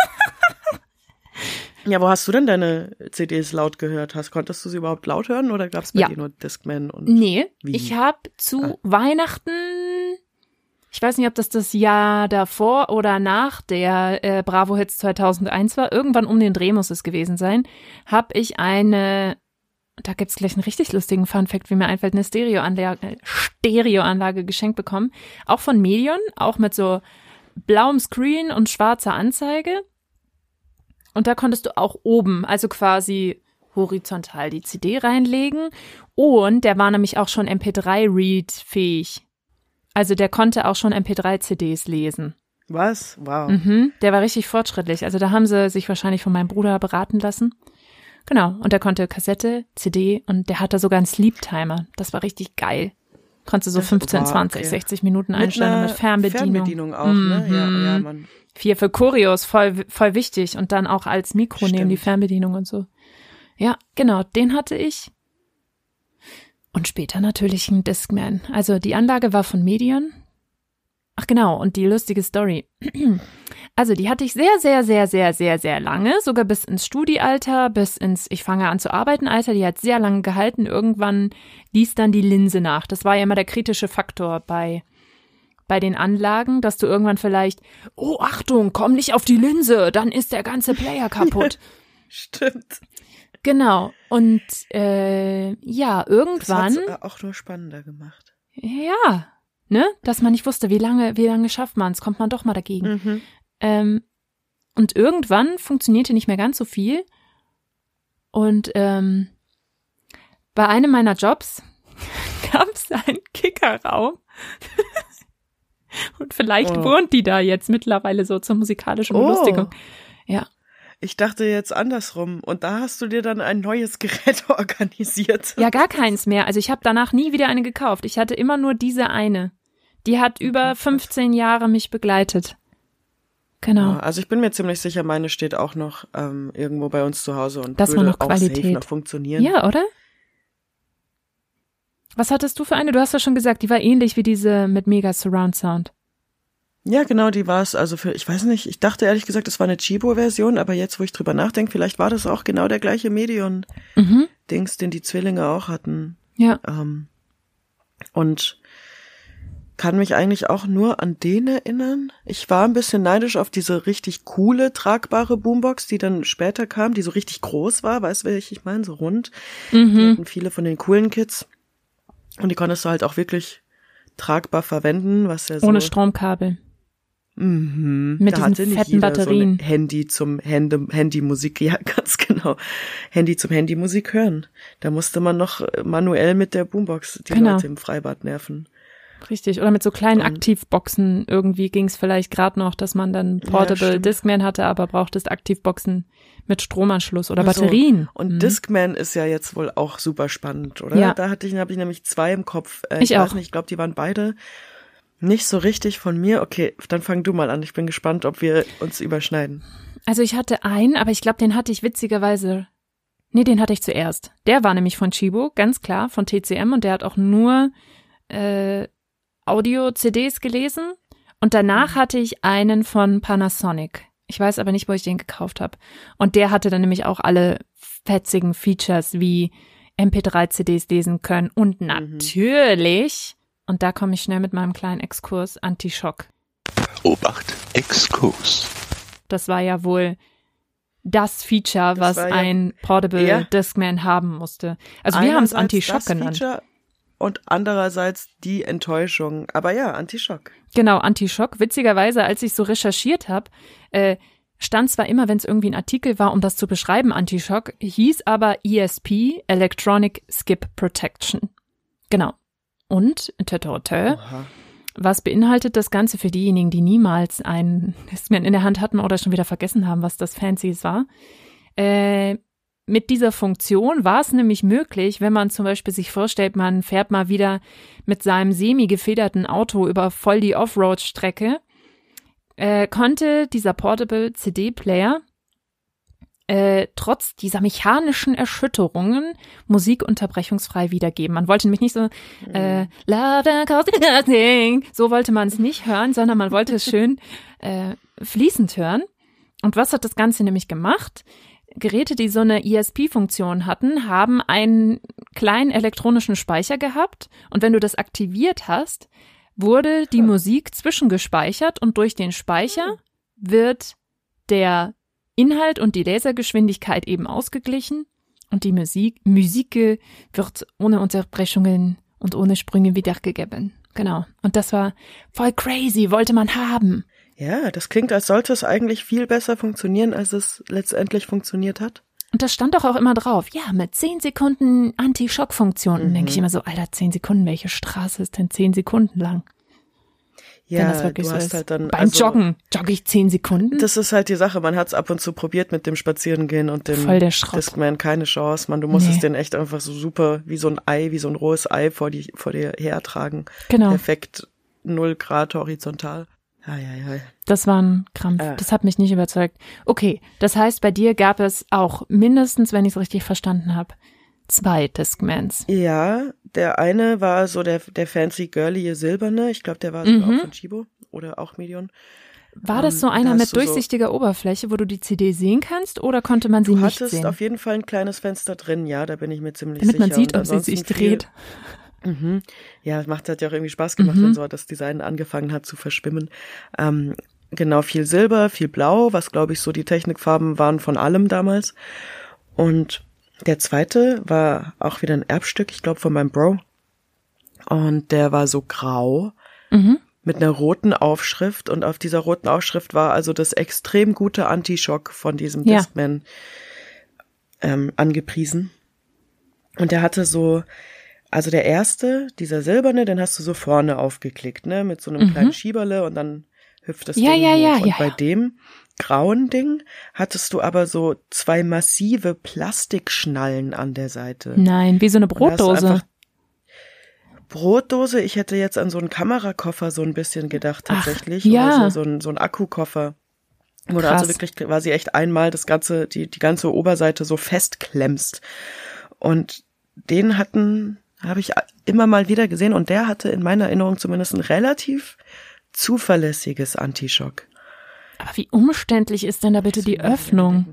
Ja, wo hast du denn deine CDs laut gehört? Konntest du sie überhaupt laut hören oder gab es bei dir nur Discman? Nee, ich habe zu Weihnachten, ich weiß nicht, ob das Jahr davor oder nach der Bravo Hits 2001 war, irgendwann um den Dreh muss es gewesen sein, habe ich da gibt's gleich einen richtig lustigen Funfact, wie mir einfällt, eine Stereoanlage geschenkt bekommen, auch von Medion, auch mit so blauem Screen und schwarzer Anzeige. Und da konntest du auch oben, also quasi horizontal die CD reinlegen. Und der war nämlich auch schon MP3-Read-fähig. Also der konnte auch schon MP3-CDs lesen. Was? Wow. Der war richtig fortschrittlich. Also da haben sie sich wahrscheinlich von meinem Bruder beraten lassen. Genau. Und der konnte Kassette, CD und der hatte sogar einen Sleep-Timer. Das war richtig geil. Konntest du so 15, 20, 60 Minuten einstellen mit Fernbedienung. Fernbedienung auch, ne? Ja, Mann. Für Choreos voll wichtig und dann auch als Mikro nehmen die Fernbedienung und so. Ja, genau, den hatte ich. Und später natürlich ein Discman. Also die Anlage war von Medion. Ach genau, und die lustige Story. Also die hatte ich sehr, sehr, sehr, sehr, sehr, sehr lange, sogar bis ins Studi-Alter, bis ins ich fange an zu arbeiten Alter. Die hat sehr lange gehalten. Irgendwann ließ dann die Linse nach. Das war ja immer der kritische Faktor bei den Anlagen, dass du irgendwann vielleicht, oh Achtung, komm nicht auf die Linse, dann ist der ganze Player kaputt. Stimmt. Genau. Und irgendwann. Das hat's auch nur spannender gemacht. Ja, ne? Dass man nicht wusste, wie lange schafft man es, kommt man doch mal dagegen. Und irgendwann funktionierte nicht mehr ganz so viel. Und bei einem meiner Jobs gab es einen Kickerraum. Und vielleicht wohnt die da jetzt mittlerweile so zur musikalischen Belustigung. Ja. Ich dachte jetzt andersrum. Und da hast du dir dann ein neues Gerät organisiert. Ja, gar keins mehr. Also ich habe danach nie wieder eine gekauft. Ich hatte immer nur diese eine. Die hat über 15 Jahre mich begleitet. Genau. Ja, also ich bin mir ziemlich sicher, meine steht auch noch irgendwo bei uns zu Hause und das würde war noch auch Qualität. safe noch funktionieren. Ja, oder? Was hattest du für eine? Du hast ja schon gesagt, die war ähnlich wie diese mit Mega Surround Sound. Ja, genau, die war es. Also ich weiß nicht, ich dachte ehrlich gesagt, es war eine Chibo-Version, aber jetzt, wo ich drüber nachdenke, vielleicht war das auch genau der gleiche Medion-Dings, den die Zwillinge auch hatten. Ja. Und kann mich eigentlich auch nur an den erinnern. Ich war ein bisschen neidisch auf diese richtig coole, tragbare Boombox, die dann später kam, die so richtig groß war, weißt du, welche ich meine, so rund. Die hatten viele von den coolen Kids. Und die konntest du halt auch wirklich tragbar verwenden, was ja so... Ohne Stromkabel. Mit da diesen fetten Batterien. So ein Handy zum Handymusik, ja, ganz genau. Handy zum Handymusik hören. Da musste man noch manuell mit der Boombox die Leute im Freibad nerven. Richtig, oder mit so kleinen Aktivboxen irgendwie ging es vielleicht gerade noch, dass man dann Portable Discman hatte, aber brauchtest Aktivboxen mit Stromanschluss oder Batterien. Und Discman ist ja jetzt wohl auch super spannend, oder? Ja. Da habe ich nämlich 2 im Kopf. Ich auch. Weiß nicht, ich glaube, die waren beide nicht so richtig von mir. Okay, dann fang du mal an. Ich bin gespannt, ob wir uns überschneiden. Also ich hatte einen, aber ich glaube, den hatte ich witzigerweise... Nee, den hatte ich zuerst. Der war nämlich von Chibo, ganz klar, von TCM und der hat auch nur Audio-CDs gelesen und danach hatte ich einen von Panasonic. Ich weiß aber nicht, wo ich den gekauft habe. Und der hatte dann nämlich auch alle fetzigen Features wie MP3-CDs lesen können und natürlich, und da komme ich schnell mit meinem kleinen Exkurs, Anti-Shock. Obacht, Exkurs. Das war ja wohl das Feature, was ein Portable Discman haben musste. Also wir haben es Anti-Shock genannt. Feature und andererseits die Enttäuschung. Aber ja, Anti-Shock. Genau, Anti-Shock. Witzigerweise, als ich so recherchiert habe, stand zwar immer, wenn es irgendwie ein Artikel war, um das zu beschreiben, Anti-Shock, hieß aber ESP, Electronic Skip Protection. Genau. Und, was beinhaltet das Ganze für diejenigen, die niemals einen Discman in der Hand hatten oder schon wieder vergessen haben, was das Fancy war? Mit dieser Funktion war es nämlich möglich, wenn man zum Beispiel sich vorstellt, man fährt mal wieder mit seinem semi-gefederten Auto über voll die Offroad-Strecke, konnte dieser Portable CD-Player trotz dieser mechanischen Erschütterungen Musik unterbrechungsfrei wiedergeben. Man wollte nämlich nicht so Love causing nothing, so wollte man es nicht hören, sondern man wollte es schön fließend hören. Und was hat das Ganze nämlich gemacht? Geräte, die so eine ESP-Funktion hatten, haben einen kleinen elektronischen Speicher gehabt und wenn du das aktiviert hast, wurde die Musik zwischengespeichert und durch den Speicher wird der Inhalt und die Lasergeschwindigkeit eben ausgeglichen und die Musik wird ohne Unterbrechungen und ohne Sprünge wiedergegeben. Genau. Und das war voll crazy, wollte man haben. Ja, das klingt, als sollte es eigentlich viel besser funktionieren, als es letztendlich funktioniert hat. Und das stand doch auch immer drauf. Ja, mit 10 Sekunden Anti-Schock-Funktion. Denke ich immer so, Alter, 10 Sekunden, welche Straße ist denn 10 Sekunden lang? Ja, wenn das wirklich du so hast ist. halt dann... Beim Joggen, jogge ich 10 Sekunden? Das ist halt die Sache, man hat es ab und zu probiert mit dem Spazierengehen und dem Voll der Schrott. Discman, keine Chance. Du musstest den echt einfach so super, wie so ein Ei, wie so ein rohes Ei vor dir hertragen. Genau. Perfekt 0 Grad horizontal. Ja. Das war ein Krampf. Das hat mich nicht überzeugt. Okay, das heißt, bei dir gab es auch mindestens, wenn ich es richtig verstanden habe, 2 Discmans. Ja, der eine war so der fancy girly silberne. Ich glaube, der war sogar auch von Chibo oder auch Medion. War das so einer mit durchsichtiger Oberfläche, wo du die CD sehen kannst oder konnte man sie nicht sehen? Du hattest auf jeden Fall ein kleines Fenster drin, ja, da bin ich mir ziemlich sicher. Damit man sieht, ob sie sich dreht. Ja, hat ja auch irgendwie Spaß gemacht, wenn so das Design angefangen hat zu verschwimmen. Genau, viel Silber, viel Blau, was glaube ich so die Technikfarben waren von allem damals. Und der zweite war auch wieder ein Erbstück, ich glaube von meinem Bro. Und der war so grau mit einer roten Aufschrift und auf dieser roten Aufschrift war also das extrem gute Anti-Shock von diesem Discman angepriesen. Und der hatte so, also der erste, dieser silberne, den hast du so vorne aufgeklickt, ne, mit so einem kleinen Schieberle und dann hüpft das Ding hoch. Und bei dem grauen Ding hattest du aber so 2 massive Plastikschnallen an der Seite. Nein, wie so eine Brotdose. Brotdose, ich hätte jetzt an so einen Kamerakoffer so ein bisschen gedacht tatsächlich. Ach, ja. Also so ein Akkukoffer. Wo du also wirklich quasi echt einmal das ganze, die ganze Oberseite so festklemmst. Und den habe ich immer mal wieder gesehen und der hatte in meiner Erinnerung zumindest ein relativ zuverlässiges Anti-Shock. Aber wie umständlich ist denn da bitte die Öffnung?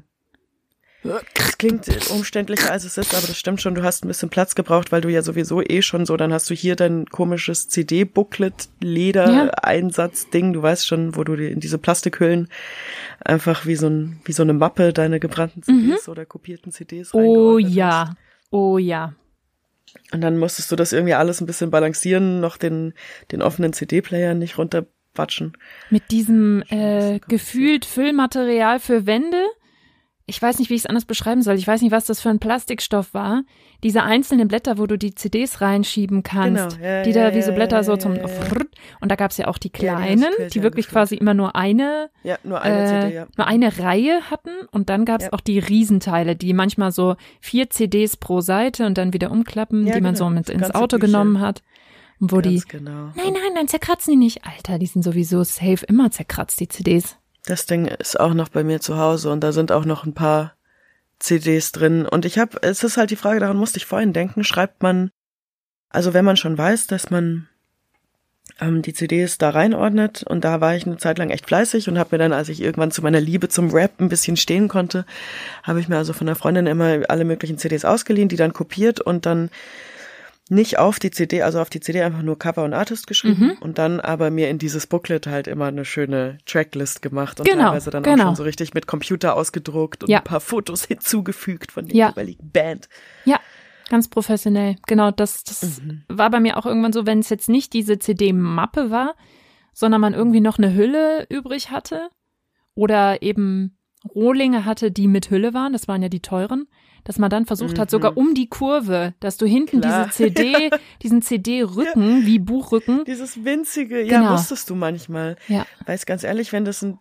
Das klingt umständlicher als es ist, aber das stimmt schon, du hast ein bisschen Platz gebraucht, weil du ja sowieso schon so, dann hast du hier dein komisches CD-Booklet-Leder-Einsatzding, du weißt schon, wo du in diese Plastikhüllen einfach wie so eine Mappe deine gebrannten CDs oder kopierten CDs reingeordnet hast. Oh ja. Und dann musstest du das irgendwie alles ein bisschen balancieren, noch den offenen CD-Player nicht runterwatschen. Mit diesem gefühlt Füllmaterial für Wände. Ich weiß nicht, wie ich es anders beschreiben soll. Ich weiß nicht, was das für ein Plastikstoff war. Diese einzelnen Blätter, wo du die CDs reinschieben kannst, genau. die da wie so Blätter so zum und da gab es ja auch die kleinen, die wirklich quasi immer nur eine CD, nur eine Reihe hatten und dann gab es auch die Riesenteile, die manchmal so 4 CDs pro Seite und dann wieder umklappen, die man so mit ins Auto genommen hat. Und wo Nein, zerkratzen die nicht. Alter, die sind sowieso safe immer zerkratzt, die CDs. Das Ding ist auch noch bei mir zu Hause und da sind auch noch ein paar CDs drin. Und es ist halt die Frage, daran musste ich vorhin denken, schreibt man, also wenn man schon weiß, dass man die CDs da reinordnet und da war ich eine Zeit lang echt fleißig und habe mir dann, als ich irgendwann zu meiner Liebe zum Rap ein bisschen stehen konnte, habe ich mir also von der Freundin immer alle möglichen CDs ausgeliehen, die dann kopiert und dann nicht auf die CD, also auf die CD einfach nur Cover und Artist geschrieben und dann aber mir in dieses Booklet halt immer eine schöne Tracklist gemacht und teilweise dann auch schon so richtig mit Computer ausgedruckt und ein paar Fotos hinzugefügt von der jeweiligen Band. Ja, ganz professionell. Genau, das war bei mir auch irgendwann so, wenn es jetzt nicht diese CD-Mappe war, sondern man irgendwie noch eine Hülle übrig hatte oder eben Rohlinge hatte, die mit Hülle waren, das waren ja die teuren, dass man dann versucht hat, sogar um die Kurve, dass du hinten diesen CD-Rücken, wie Buchrücken. Dieses winzige, musstest du manchmal. Ja. Weiß ganz ehrlich, wenn das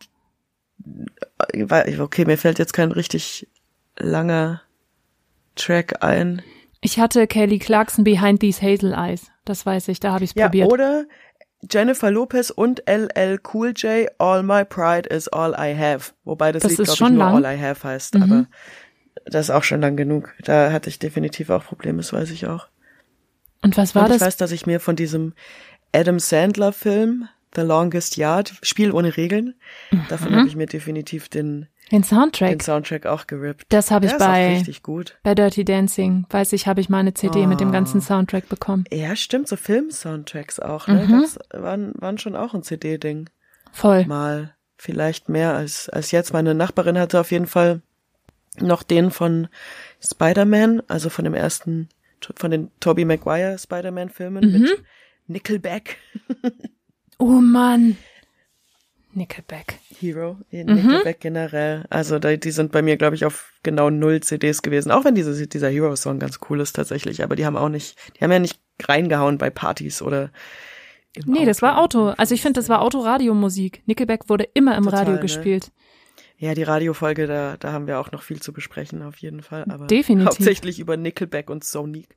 okay, mir fällt jetzt kein richtig langer Track ein. Ich hatte Kelly Clarkson Behind These Hazel Eyes, das weiß ich, da habe ich es probiert. Oder Jennifer Lopez und LL Cool J, All My Pride is All I Have. Wobei das Lied, glaube ich, nur All I Have heißt, aber das ist auch schon lang genug. Da hatte ich definitiv auch Probleme, das weiß ich auch. Und was war das? Ich weiß, dass ich mir von diesem Adam Sandler Film The Longest Yard, Spiel ohne Regeln, davon habe ich mir definitiv den Soundtrack auch gerippt. Das habe ich richtig gut. Bei Dirty Dancing, weiß ich, habe ich mal eine CD mit dem ganzen Soundtrack bekommen. Ja, stimmt, so Film-Soundtracks auch, ne? Das waren schon auch ein CD-Ding. Voll. Mal, vielleicht mehr als jetzt. Meine Nachbarin hatte auf jeden Fall noch den von Spider-Man, also von den Tobey Maguire Spider-Man-Filmen mit Nickelback. Oh Mann. Nickelback. Nickelback generell. Also die sind bei mir, glaube ich, auf genau 0 CDs gewesen. Auch wenn dieser Hero-Song ganz cool ist tatsächlich, aber die haben ja nicht reingehauen bei Partys oder im Auto. Das war Auto. Also ich finde, das war Autoradiomusik. Nickelback wurde immer im Radio gespielt. Ja, die Radiofolge, da haben wir auch noch viel zu besprechen, auf jeden Fall. Aber definitiv. Hauptsächlich über Nickelback und Sonic.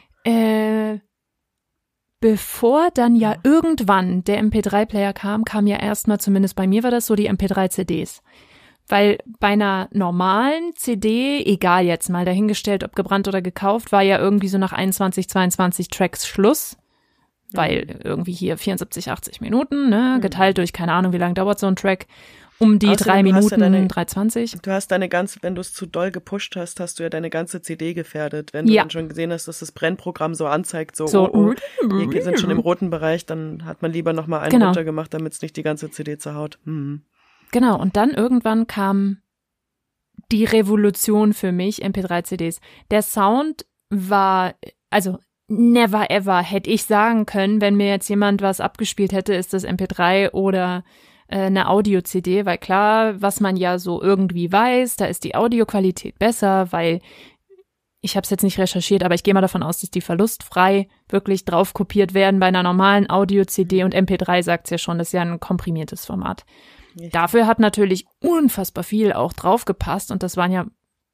Bevor dann ja irgendwann der MP3-Player kam ja erstmal, zumindest bei mir war das so, die MP3-CDs. Weil bei einer normalen CD, egal jetzt mal dahingestellt, ob gebrannt oder gekauft, war ja irgendwie so nach 21, 22 Tracks Schluss. Weil irgendwie hier 74, 80 Minuten, ne, geteilt durch, keine Ahnung, wie lange dauert so ein Track. Um die 3 Minuten, 3,20. Du hast wenn du es zu doll gepusht hast, hast du ja deine ganze CD gefährdet. Wenn du dann schon gesehen hast, dass das Brennprogramm so anzeigt, hier sind schon im roten Bereich, dann hat man lieber nochmal einen runtergemacht, damit es nicht die ganze CD zerhaut. Genau, und dann irgendwann kam die Revolution für mich, MP3-CDs. Der Sound war, also never ever hätte ich sagen können, wenn mir jetzt jemand was abgespielt hätte, ist das MP3 oder eine Audio-CD, weil klar, was man ja so irgendwie weiß, da ist die Audioqualität besser, weil ich habe es jetzt nicht recherchiert, aber ich gehe mal davon aus, dass die verlustfrei wirklich drauf kopiert werden bei einer normalen Audio-CD und MP3 sagt es ja schon, das ist ja ein komprimiertes Format. Dafür hat natürlich unfassbar viel auch draufgepasst und das waren ja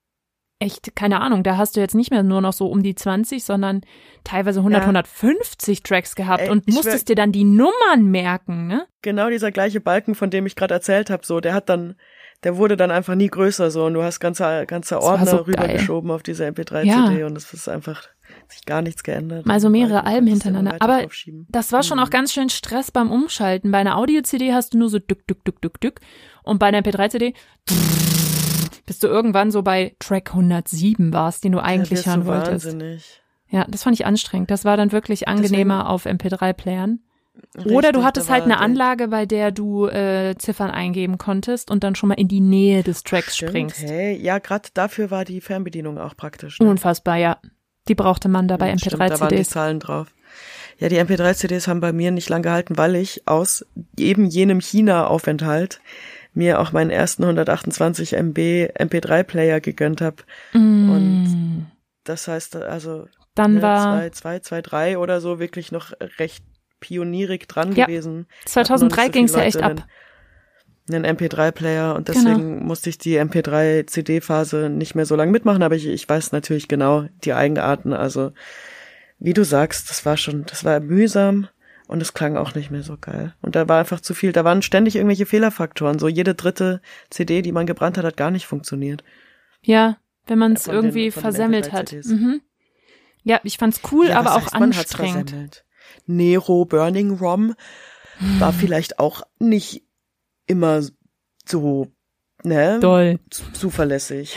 echt, keine Ahnung, da hast du jetzt nicht mehr nur noch so um die 20, sondern teilweise 100, 150 Tracks gehabt und musstest dir dann die Nummern merken, ne? Genau dieser gleiche Balken, von dem ich gerade erzählt habe, so, der wurde dann einfach nie größer so und du hast ganze Ordner so rübergeschoben auf diese MP3-CD und es ist einfach sich gar nichts geändert. Mal so mehrere Alben hintereinander. Aber das war schon auch ganz schön Stress beim Umschalten. Bei einer Audio-CD hast du nur so dück und bei einer MP3-CD bis du irgendwann so bei Track 107 warst, den du eigentlich hören wolltest. Wahnsinnig. Ja, das fand ich anstrengend. Das war dann wirklich angenehmer auf MP3-Playern. Oder du hattest halt eine Anlage, bei der du Ziffern eingeben konntest und dann schon mal in die Nähe des Tracks springst. Hey, ja, gerade dafür war die Fernbedienung auch praktisch. Ne? Unfassbar, ja. Die brauchte man da bei MP3-CDs. Da waren die Zahlen drauf. Ja, die MP3-CDs haben bei mir nicht lang gehalten, weil ich aus eben jenem China-Aufenthalt mir auch meinen ersten 128 MB MP3-Player gegönnt habe. Und das heißt, also dann war 2.3 oder so wirklich noch recht pionierig dran gewesen. 2003 ging es ja echt ab. Einen MP3-Player und deswegen musste ich die MP3-CD-Phase nicht mehr so lange mitmachen, aber ich weiß natürlich genau die Eigenarten. Also wie du sagst, das war mühsam. Und es klang auch nicht mehr so geil. Und da war einfach zu viel. Da waren ständig irgendwelche Fehlerfaktoren. So jede dritte CD, die man gebrannt hat, hat gar nicht funktioniert. Ja, wenn man es irgendwie versemmelt hat. Mhm. Ja, ich fand's cool, aber auch anstrengend. Nero Burning ROM war vielleicht auch nicht immer so, ne? Doll. Zuverlässig.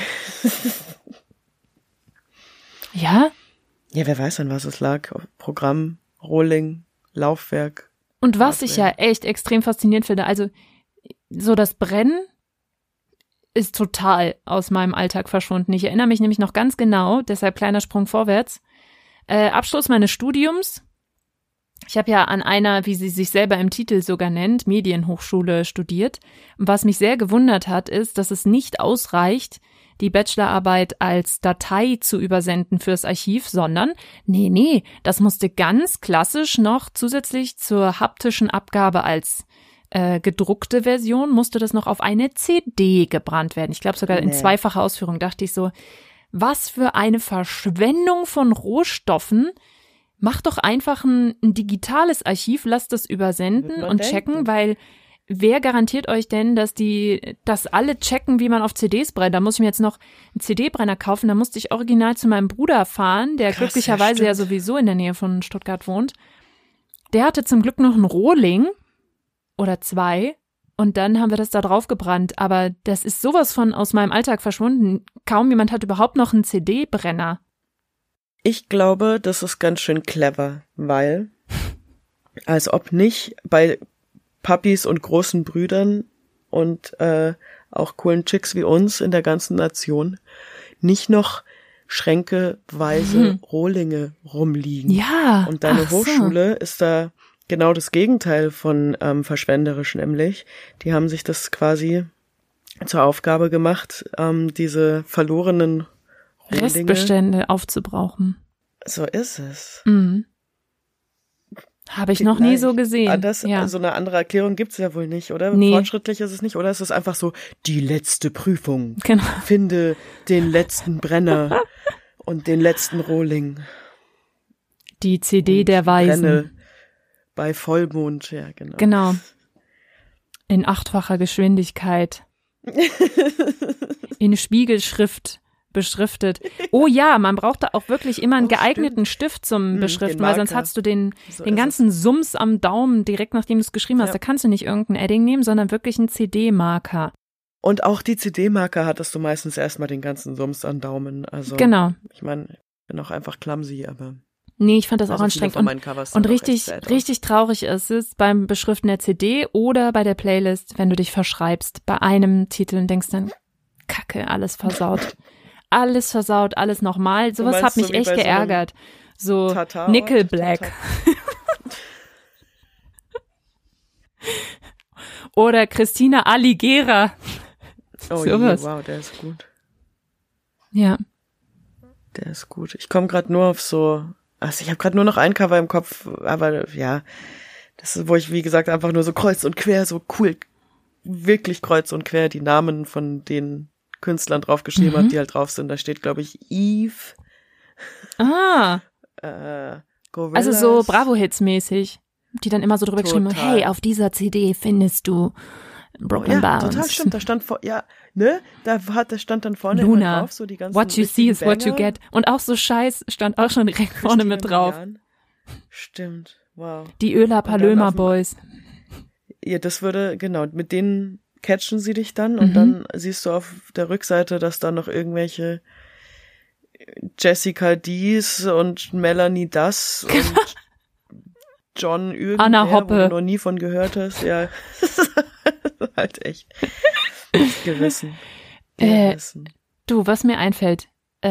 Ja? Ja, wer weiß, an was es lag. Programm, Rohling, Laufwerk. Und was ich ja echt extrem faszinierend finde, also so das Brennen ist total aus meinem Alltag verschwunden. Ich erinnere mich nämlich noch ganz genau, deshalb kleiner Sprung vorwärts. Abschluss meines Studiums. Ich habe ja an einer, wie sie sich selber im Titel sogar nennt, Medienhochschule studiert. Und was mich sehr gewundert hat, ist, dass es nicht ausreicht, die Bachelorarbeit als Datei zu übersenden fürs Archiv, sondern nee, das musste ganz klassisch noch zusätzlich zur haptischen Abgabe als gedruckte Version, musste das noch auf eine CD gebrannt werden. Ich glaube sogar in zweifacher Ausführung. Dachte ich so, was für eine Verschwendung von Rohstoffen. Mach doch einfach ein digitales Archiv, lasst das übersenden und checken, weil wer garantiert euch denn, dass alle checken, wie man auf CDs brennt? Da muss ich mir jetzt noch einen CD-Brenner kaufen. Da musste ich original zu meinem Bruder fahren, der glücklicherweise ja sowieso in der Nähe von Stuttgart wohnt. Der hatte zum Glück noch einen Rohling oder 2 und dann haben wir das da drauf gebrannt. Aber das ist sowas von aus meinem Alltag verschwunden. Kaum jemand hat überhaupt noch einen CD-Brenner. Ich glaube, das ist ganz schön clever, weil als ob nicht bei Papis und großen Brüdern und auch coolen Chicks wie uns in der ganzen Nation nicht noch schränkeweise Rohlinge rumliegen. Ja. Und deine Hochschule ist da genau das Gegenteil von verschwenderisch, nämlich die haben sich das quasi zur Aufgabe gemacht, diese verlorenen Rohlinge, Restbestände aufzubrauchen. So ist es. Mhm. Habe ich noch nie so gesehen. So eine andere Erklärung gibt's ja wohl nicht, oder? Nee. Fortschrittlich ist es nicht, oder? Es ist einfach so, die letzte Prüfung. Genau. Finde den letzten Brenner und den letzten Rohling. Die CD und der Weisen. Brenne bei Vollmond, ja, genau. Genau. In 8-facher Geschwindigkeit. In Spiegelschrift beschriftet. Oh ja, man braucht da auch wirklich immer einen geeigneten Stift zum Beschriften, weil sonst hast du den ganzen Sums am Daumen direkt nachdem du es geschrieben hast. Ja. Da kannst du nicht irgendein Edding nehmen, sondern wirklich einen CD-Marker. Und auch die CD-Marker hattest du meistens erstmal den ganzen Sums am Daumen. Also, genau. Ich meine, ich bin auch einfach clumsy, aber... Nee, ich fand das auch anstrengend. Und richtig traurig ist es beim Beschriften der CD oder bei der Playlist, wenn du dich verschreibst bei einem Titel und denkst dann, Kacke, alles versaut. Alles versaut, alles nochmal. Sowas hat mich echt geärgert. So Tatar-Ort, Nickelback. Tatar. Oder Christina Alighiera. Oh Sowas. je, wow, der ist gut. Ja. Der ist gut. Ich komme gerade nur auf so, also ich habe gerade nur noch ein Cover im Kopf, aber ja, das ist, wo ich, wie gesagt, einfach nur so kreuz und quer, so cool, wirklich kreuz und quer die Namen von den Künstlern draufgeschrieben habe, die halt drauf sind. Da steht, glaube ich, Eve. Also so Bravo-Hits-mäßig, die dann immer so drüber geschrieben haben, hey, auf dieser CD findest du Brooklyn Bounce. Total stimmt, da stand da stand dann vorne Luna, immer drauf, so die ganzen what you see is what you Banger. get. Und auch so Scheiß stand auch schon direkt vorne mit drauf. Stimmt, wow. Die Öler Palömer auf dem- Boys. Ja, das würde, genau, mit denen catchen sie dich dann und dann siehst du auf der Rückseite, dass da noch irgendwelche Jessica Dees und Melanie Das und John irgendwer, Anna wo Hoppe. du noch nie von gehört hast, ja. Halt echt gerissen. Du, was mir einfällt,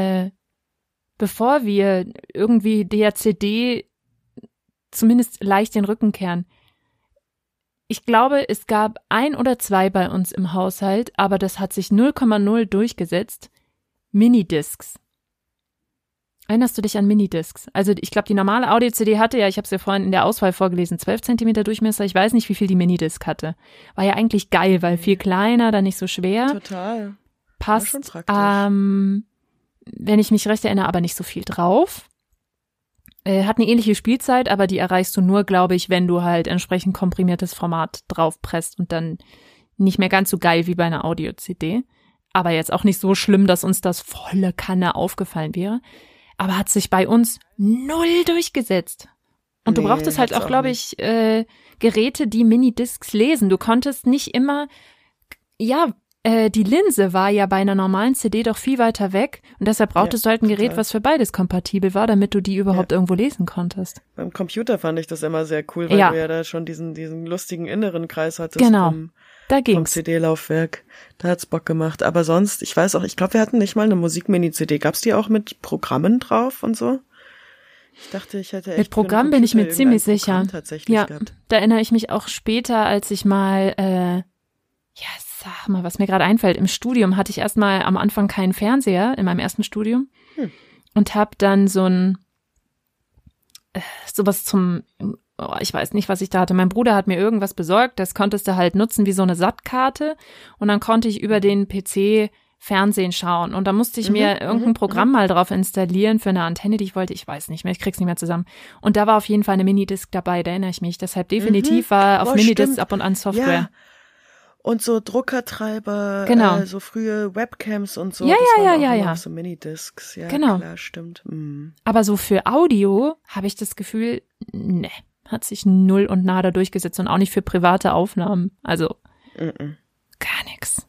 bevor wir irgendwie der CD zumindest leicht den Rücken kehren, ich glaube, es gab 1 oder 2 bei uns im Haushalt, aber das hat sich 0,0 durchgesetzt, Minidiscs. Erinnerst du dich an Minidiscs? Also ich glaube, die normale Audio-CD hatte ja, ich habe es ja vorhin in der Auswahl vorgelesen, 12 Zentimeter Durchmesser. Ich weiß nicht, wie viel die Minidisc hatte. War ja eigentlich geil, weil viel kleiner, dann nicht so schwer. Total. Passt, schon praktisch. wenn ich mich recht erinnere, aber nicht so viel drauf. Hat eine ähnliche Spielzeit, aber die erreichst du nur, glaube ich, wenn du halt entsprechend komprimiertes Format draufpresst und dann nicht mehr ganz so geil wie bei einer Audio-CD. Aber jetzt auch nicht so schlimm, dass uns das volle Kanne aufgefallen wäre. Aber hat sich bei uns 0 durchgesetzt. Und du brauchtest halt auch, glaube ich, Geräte, die Minidiscs lesen. Du konntest nicht immer, die Linse war ja bei einer normalen CD doch viel weiter weg und deshalb brauchtest du halt ein Gerät, was für beides kompatibel war, damit du die überhaupt irgendwo lesen konntest. Beim Computer fand ich das immer sehr cool, weil du ja da schon diesen lustigen inneren Kreis hattest. Genau, da vom ging's. CD-Laufwerk. Da hat's Bock gemacht. Aber sonst, ich weiß auch, ich glaube, wir hatten nicht mal eine Musik-Mini-CD. Gab's die auch mit Programmen drauf und so? Ich dachte, ich hätte echt mit Programm bin ich mir ziemlich sicher. Ja, gehabt. Da erinnere ich mich auch später, als ich mal, sag mal, was mir gerade einfällt, im Studium hatte ich erstmal am Anfang keinen Fernseher in meinem ersten Studium und habe dann so ein sowas ich weiß nicht, was ich da hatte. Mein Bruder hat mir irgendwas besorgt, das konntest du halt nutzen wie so eine SAT-Karte und dann konnte ich über den PC Fernsehen schauen und da musste ich mir irgendein Programm mal drauf installieren für eine Antenne, die ich wollte. Ich weiß nicht mehr, ich krieg's nicht mehr zusammen. Und da war auf jeden Fall eine Minidisc dabei, da erinnere ich mich. Deshalb definitiv war auf Minidiscs ab und an Software. Ja. Und so Druckertreiber, Genau. So frühe Webcams und so. Ja, das waren ja, auch immer ja. auf so Minidiscs. Ja, Genau. klar, stimmt. Aber so für Audio habe ich das Gefühl, ne, hat sich 0 und nada durchgesetzt und auch nicht für private Aufnahmen. Also gar nix.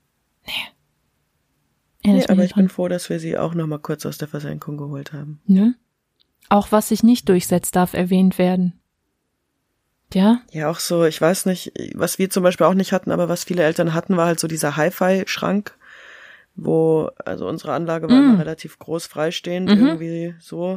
Nee, aber ich bin froh, dass wir sie auch noch mal kurz aus der Versenkung geholt haben. Ne? Auch was sich nicht durchsetzt, darf erwähnt werden. Ja? Ja, auch so, ich weiß nicht, was wir zum Beispiel auch nicht hatten, aber was viele Eltern hatten, war halt so dieser Hi-Fi-Schrank, wo, also unsere Anlage war immer relativ groß freistehend, irgendwie so,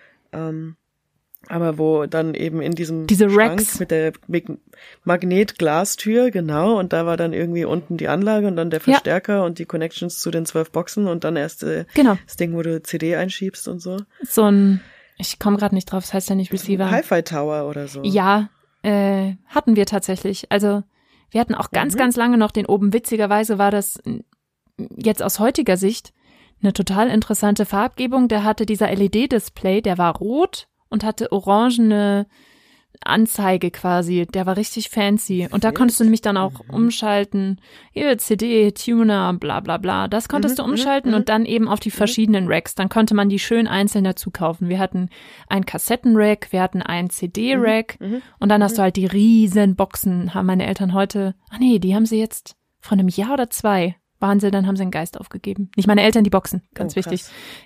aber wo dann eben in diesem diese Schrank Racks mit der Magnetglastür, genau, und da war dann irgendwie unten die Anlage und dann der Verstärker und die Connections zu den 12 Boxen und dann erst das Ding, wo du CD einschiebst und so. So ein, ich komme gerade nicht drauf, das heißt ja nicht Receiver. Hi-Fi-Tower oder so. Ja, hatten wir tatsächlich. Also wir hatten auch ganz lange noch den oben. Witzigerweise war das jetzt aus heutiger Sicht eine total interessante Farbgebung. Der hatte dieser LED-Display, der war rot und hatte orangene Anzeige quasi. Der war richtig fancy. Und da konntest du nämlich dann auch umschalten. Hier, CD, Tuner, bla bla bla. Das konntest du umschalten und dann eben auf die verschiedenen Racks. Dann konnte man die schön einzeln dazu kaufen. Wir hatten ein Kassetten-Rack, wir hatten ein CD-Rack und dann hast du halt die riesen Boxen. Haben meine Eltern heute, die haben sie jetzt vor einem Jahr oder 2, waren sie, dann haben sie den Geist aufgegeben. Nicht meine Eltern, die Boxen, ganz wichtig.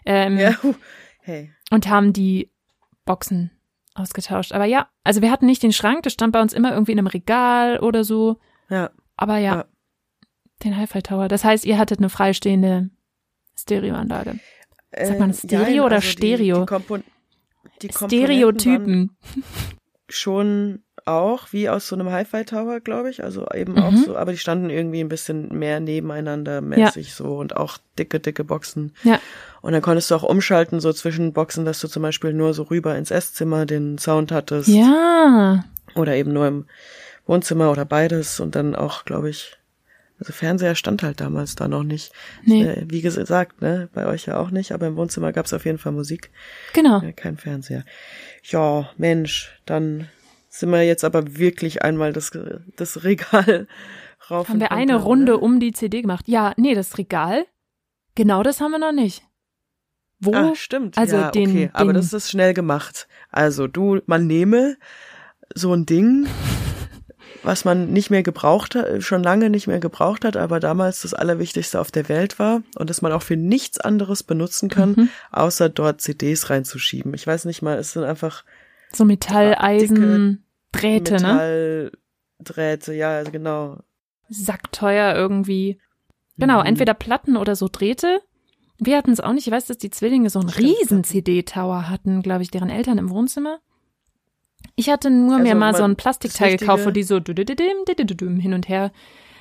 Und haben die Boxen ausgetauscht. Aber ja, also wir hatten nicht den Schrank, das stand bei uns immer irgendwie in einem Regal oder so. Ja. Aber ja. Den Hi-Fi-Tower. Das heißt, ihr hattet eine freistehende Stereoanlage. Sagt man Stereo oder also Stereo? die Komponenten Stereotypen. schon auch wie aus so einem Hi-Fi-Tower, glaube ich. Also eben auch so, aber die standen irgendwie ein bisschen mehr nebeneinander mäßig so und auch dicke Boxen. Ja. Und dann konntest du auch umschalten so zwischen Boxen, dass du zum Beispiel nur so rüber ins Esszimmer den Sound hattest. Ja. Oder eben nur im Wohnzimmer oder beides und dann auch, glaube ich, also Fernseher stand halt damals da noch nicht. Nee. Wie gesagt, ne, bei euch ja auch nicht, aber im Wohnzimmer gab es auf jeden Fall Musik. Genau. Kein Fernseher. Ja, Mensch, dann sind wir jetzt aber wirklich einmal das Regal rauf. Haben wir eine Runde um die CD gemacht. Ja, nee, das Regal, genau das haben wir noch nicht. Wo? Ah, stimmt. Also ja, okay, aber das ist schnell gemacht. Also man nehme so ein Ding, was man nicht mehr gebraucht hat, schon lange nicht mehr gebraucht hat, aber damals das Allerwichtigste auf der Welt war und das man auch für nichts anderes benutzen kann, außer dort CDs reinzuschieben. Ich weiß nicht mal, es sind einfach so Metalleisen, Drähte, Metalldrähte, ja, also genau. Sackteuer irgendwie. Genau, entweder Platten oder so Drähte. Wir hatten es auch nicht. Ich weiß, dass die Zwillinge so einen riesen CD-Tower hatten, glaube ich, deren Eltern im Wohnzimmer. Ich hatte nur mir mal so ein Plastikteil gekauft, wo die so hin und her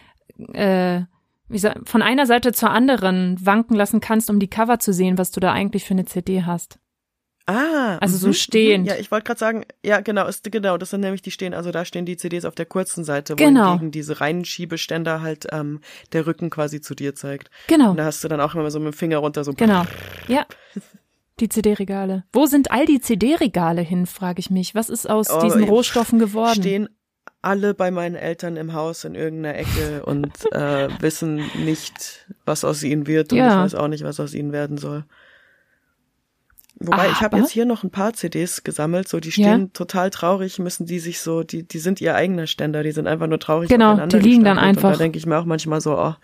von einer Seite zur anderen wanken lassen kannst, um die Cover zu sehen, was du da eigentlich für eine CD hast. Ah. Also so stehend. Ja, ich wollte gerade sagen, ja, genau, das sind nämlich die stehen, also da stehen die CDs auf der kurzen Seite, wo gegen diese reinen Schiebeständer halt der Rücken quasi zu dir zeigt. Genau. Und da hast du dann auch immer so mit dem Finger runter so. Genau, ja. Die CD-Regale. Wo sind all die CD-Regale hin, frage ich mich. Was ist aus diesen Rohstoffen geworden? Stehen alle bei meinen Eltern im Haus in irgendeiner Ecke und wissen nicht, was aus ihnen wird und ich weiß auch nicht, was aus ihnen werden soll. Wobei, ich habe jetzt hier noch ein paar CDs gesammelt, so die stehen total traurig, müssen die sich so, die sind ihr eigener Ständer, die sind einfach nur traurig aufeinander die liegen dann einfach. Und da denke ich mir auch manchmal so,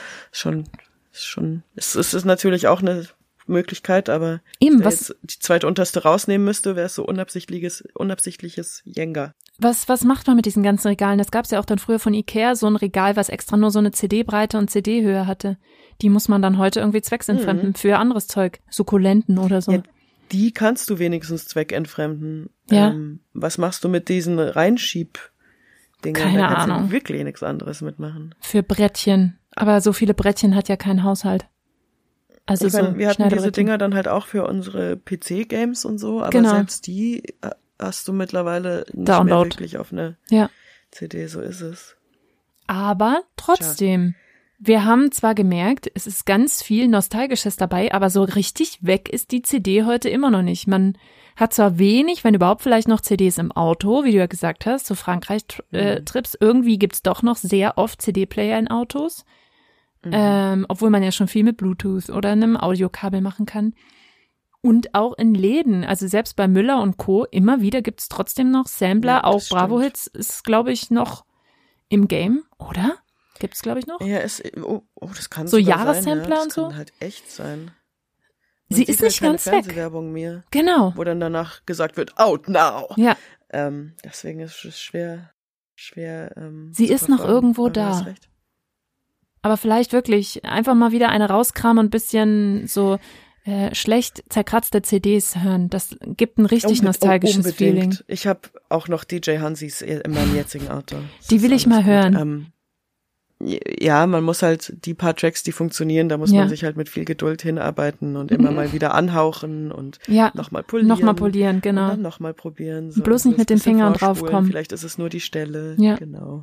es ist natürlich auch eine Möglichkeit, aber eben, wenn jetzt die zweite unterste rausnehmen müsste, wäre es so unabsichtliches Jenga. Was macht man mit diesen ganzen Regalen? Das gab es ja auch dann früher von Ikea, so ein Regal, was extra nur so eine CD-Breite und CD-Höhe hatte. Die muss man dann heute irgendwie zwecksentfremden für anderes Zeug, Sukkulenten oder so. Ja, die kannst du wenigstens zweckentfremden. Ja. Was machst du mit diesen Reinschieb-Dingern? Keine da kannst Ahnung. Du wirklich nichts anderes mitmachen. Für Brettchen. Aber so viele Brettchen hat ja kein Haushalt. Also ich meine, wir hatten diese Brettchen. Dinger dann halt auch für unsere PC-Games und so, aber selbst die hast du mittlerweile nicht mehr wirklich auf eine CD, so ist es. Aber trotzdem, wir haben zwar gemerkt, es ist ganz viel Nostalgisches dabei, aber so richtig weg ist die CD heute immer noch nicht. Man hat zwar wenig, wenn überhaupt vielleicht noch CDs im Auto, wie du ja gesagt hast, so Frankreich-Trips. Irgendwie gibt's doch noch sehr oft CD-Player in Autos. Obwohl man ja schon viel mit Bluetooth oder einem Audiokabel machen kann. Und auch in Läden, also selbst bei Müller und Co. immer wieder gibt's trotzdem noch Sampler, ja, auch Bravo Hits ist, glaube ich, noch im Game, oder? Gibt's, glaube ich, noch? Ja, das kann so sogar Jahressampler sein, ja. und so. Das kann halt echt sein. Sie ist nicht keine ganz weg. Fernsehwerbung mehr. Genau. Wo dann danach gesagt wird, out now. Ja. Deswegen ist es schwer. Sie ist noch irgendwo da. Aber vielleicht wirklich einfach mal wieder eine rauskramen und ein bisschen so schlecht zerkratzte CDs hören. Das gibt ein richtig nostalgisches Feeling. Ich habe auch noch DJ Hansis in meinem jetzigen Auto. Die will ich mal hören. Ja, man muss halt die paar Tracks, die funktionieren, da muss man sich halt mit viel Geduld hinarbeiten und immer mal wieder anhauchen und nochmal polieren. Nochmal polieren, genau. Und dann nochmal probieren. So, bloß nicht mit den Fingern draufkommen. Vielleicht ist es nur die Stelle. Ja. Genau.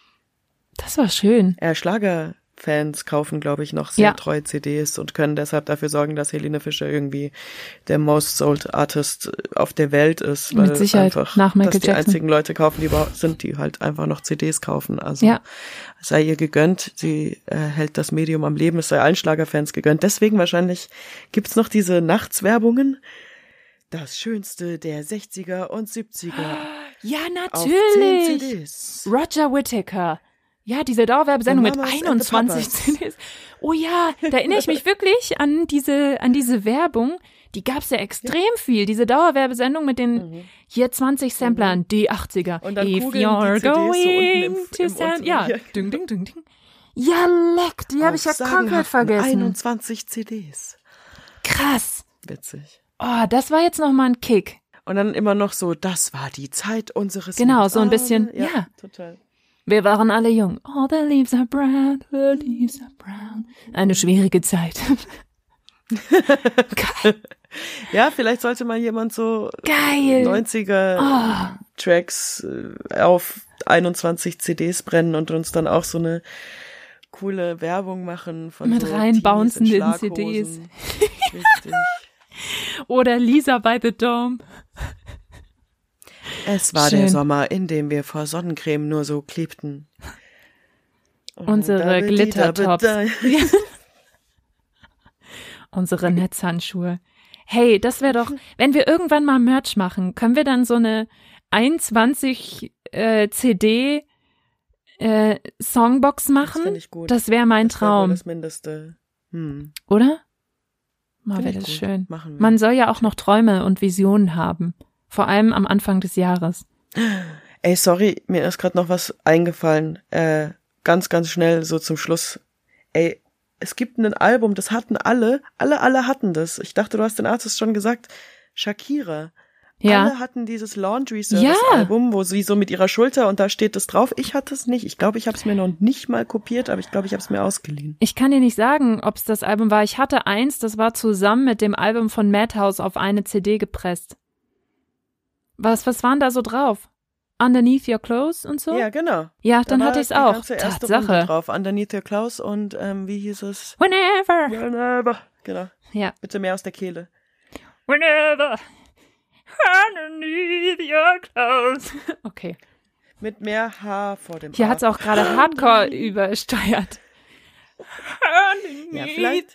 Das war schön. Schlagerfans kaufen, glaube ich, noch sehr treu CDs und können deshalb dafür sorgen, dass Helene Fischer irgendwie der most sold Artist auf der Welt ist. Weil mit Sicherheit, einfach, nach Michael dass die Jackson. einzigen Leute kaufen, die überhaupt sind, die halt einfach noch CDs kaufen. Also sei ihr gegönnt, sie hält das Medium am Leben, es sei allen Schlagerfans gegönnt. Deswegen wahrscheinlich gibt's noch diese Nachtswerbungen. Das Schönste der 60er und 70er. Ja, auf 10 natürlich. CDs. Roger Whittaker. Ja, diese Dauerwerbesendung mit 21 CDs. Oh ja, da erinnere ich mich wirklich an diese Werbung. Die gab's ja extrem viel. Diese Dauerwerbesendung mit den hier 20 Samplern, die 80er. Und dann If kugeln you're die CDs going so to sound, ja, genau. ding, ding, ding, ding. Ja, leck, die habe ich ja komplett vergessen. 21 CDs. Krass. Witzig. Oh, das war jetzt noch mal ein Kick. Und dann immer noch so, das war die Zeit unseres Genau, Lebens. so ein bisschen, ja. Total. Wir waren alle jung. All the leaves are brown, the leaves are brown. Eine schwierige Zeit. Geil. Ja, vielleicht sollte mal jemand so Geil. 90er Tracks auf 21 CDs brennen und uns dann auch so eine coole Werbung machen von mit so reinbouncen Teenies in den CDs. Richtig. Oder Lisa by the Dome. Es war Schön. der Sommer, in dem wir vor Sonnencreme nur so klebten. Unsere Glittertops. Unsere Netzhandschuhe. Hey, das wäre doch, wenn wir irgendwann mal Merch machen, können wir dann so eine 21 CD Songbox machen? Das, ich gut. Das wäre mein Traum. Das Mindeste. Oder? Mal Find wäre ich das gut. schön. Machen wir. Man soll ja auch noch Träume und Visionen haben. Vor allem am Anfang des Jahres. Ey, sorry, mir ist gerade noch was eingefallen. Ganz, ganz schnell so zum Schluss. Ey, es gibt ein Album, das hatten alle hatten das. Ich dachte, du hast den Artist schon gesagt. Shakira. Ja. Alle hatten dieses Laundry Service Album, wo sie so mit ihrer Schulter und da steht es drauf. Ich hatte es nicht. Ich glaube, ich habe es mir noch nicht mal kopiert, aber ich glaube, ich habe es mir ausgeliehen. Ich kann dir nicht sagen, ob es das Album war. Ich hatte eins, das war zusammen mit dem Album von Madhouse auf eine CD gepresst. Was waren da so drauf? Underneath Your Clothes und so? Ja, genau. Ja, dann hatte ich es auch. Die ganze erste Runde Tatsache. drauf. Underneath Your Clothes und wie hieß es? Whenever. Genau. Ja. Bitte mehr aus der Kehle. Whenever. Underneath Your Clothes. Okay. Mit mehr Haar vor dem Hier A. hat es auch gerade Hardcore übersteuert. Ja, vielleicht.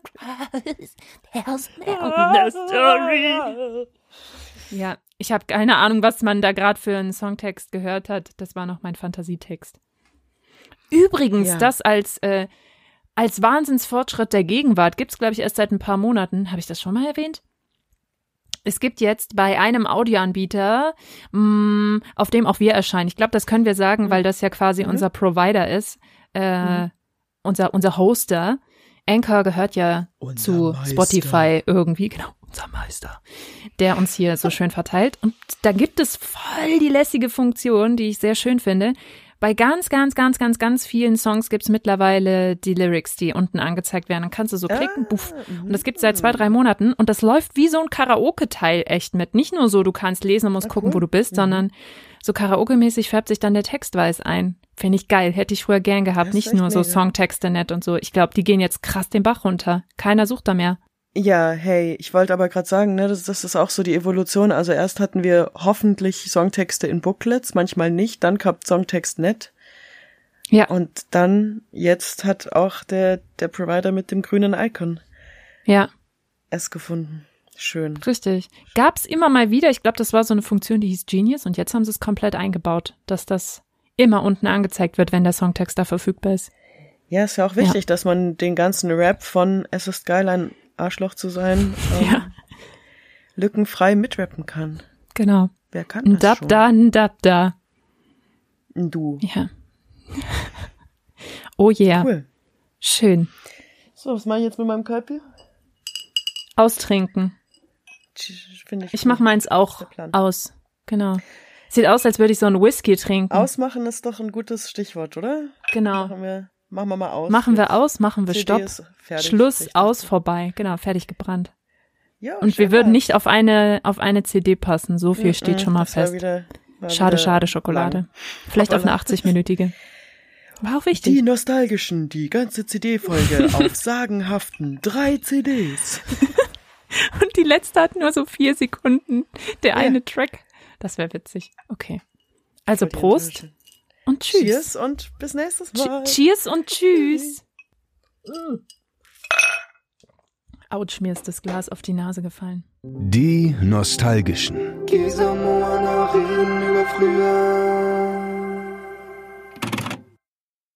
Ja, ich habe keine Ahnung, was man da gerade für einen Songtext gehört hat. Das war noch mein Fantasietext. Übrigens, das als Wahnsinnsfortschritt der Gegenwart gibt's, glaube ich, erst seit ein paar Monaten. Habe ich das schon mal erwähnt? Es gibt jetzt bei einem Audioanbieter, auf dem auch wir erscheinen. Ich glaube, das können wir sagen, weil das ja quasi unser Provider ist, unser Hoster. Anchor gehört ja zu Spotify irgendwie, genau, unser Meister, der uns hier so schön verteilt. Und da gibt es voll die lässige Funktion, die ich sehr schön finde. Bei ganz, ganz, ganz, ganz, ganz vielen Songs gibt's mittlerweile die Lyrics, die unten angezeigt werden. Dann kannst du so klicken, buff. Und das gibt's seit 2-3 Monaten. Und das läuft wie so ein Karaoke-Teil echt mit. Nicht nur so, du kannst lesen und musst gucken, wo du bist, sondern so Karaoke-mäßig färbt sich dann der Text weiß ein. Finde ich geil. Hätte ich früher gern gehabt. Nicht nur so mega. Songtexte nett und so. Ich glaube, die gehen jetzt krass den Bach runter. Keiner sucht da mehr. Ja, hey, ich wollte aber gerade sagen, ne, das ist auch so die Evolution. Also erst hatten wir hoffentlich Songtexte in Booklets, manchmal nicht, dann kam Songtext nett. Ja. Und dann, jetzt hat auch der Provider mit dem grünen Icon Ja, es gefunden. Schön. richtig. Gab's immer mal wieder. Ich glaube, das war so eine Funktion, die hieß Genius. Und jetzt haben sie es komplett eingebaut, dass das immer unten angezeigt wird, wenn der Songtext da verfügbar ist. Ja, ist ja auch wichtig, dass man den ganzen Rap von Es ist geil, ein Arschloch zu sein, lückenfrei mitrappen kann. Genau. Wer kann das schon? Da. Du. Ja. Oh yeah. Cool. Schön. So, was mache ich jetzt mit meinem Köppi? Austrinken. Finde Ich mache meins auch der Plan. aus. Genau. Sieht aus, als würde ich so einen Whisky trinken. Ausmachen ist doch ein gutes Stichwort, oder? Genau. Machen wir mal aus. Machen wir aus, machen wir CD Stopp. ist fertig. Schluss, Richtig. aus, vorbei. Genau, fertig gebrannt. Ja, Und wir würden nicht auf eine CD passen. So viel steht schon mal das war fest. war Schade, wieder schade, Schokolade. lang. Vielleicht auf eine Aber 80-minütige. War auch Die wichtig. Nostalgischen, die ganze CD-Folge auf sagenhaften 3 CDs. Und die letzte hat nur so 4 Sekunden. Der eine Track. Das wäre witzig. Okay. Also Voll die Prost Enttäuschung. und Tschüss. Cheers und bis nächstes Mal. Cheers und Tschüss. Autsch, mir ist das Glas auf die Nase gefallen. Die Nostalgischen. Gießer Moana reden über früher.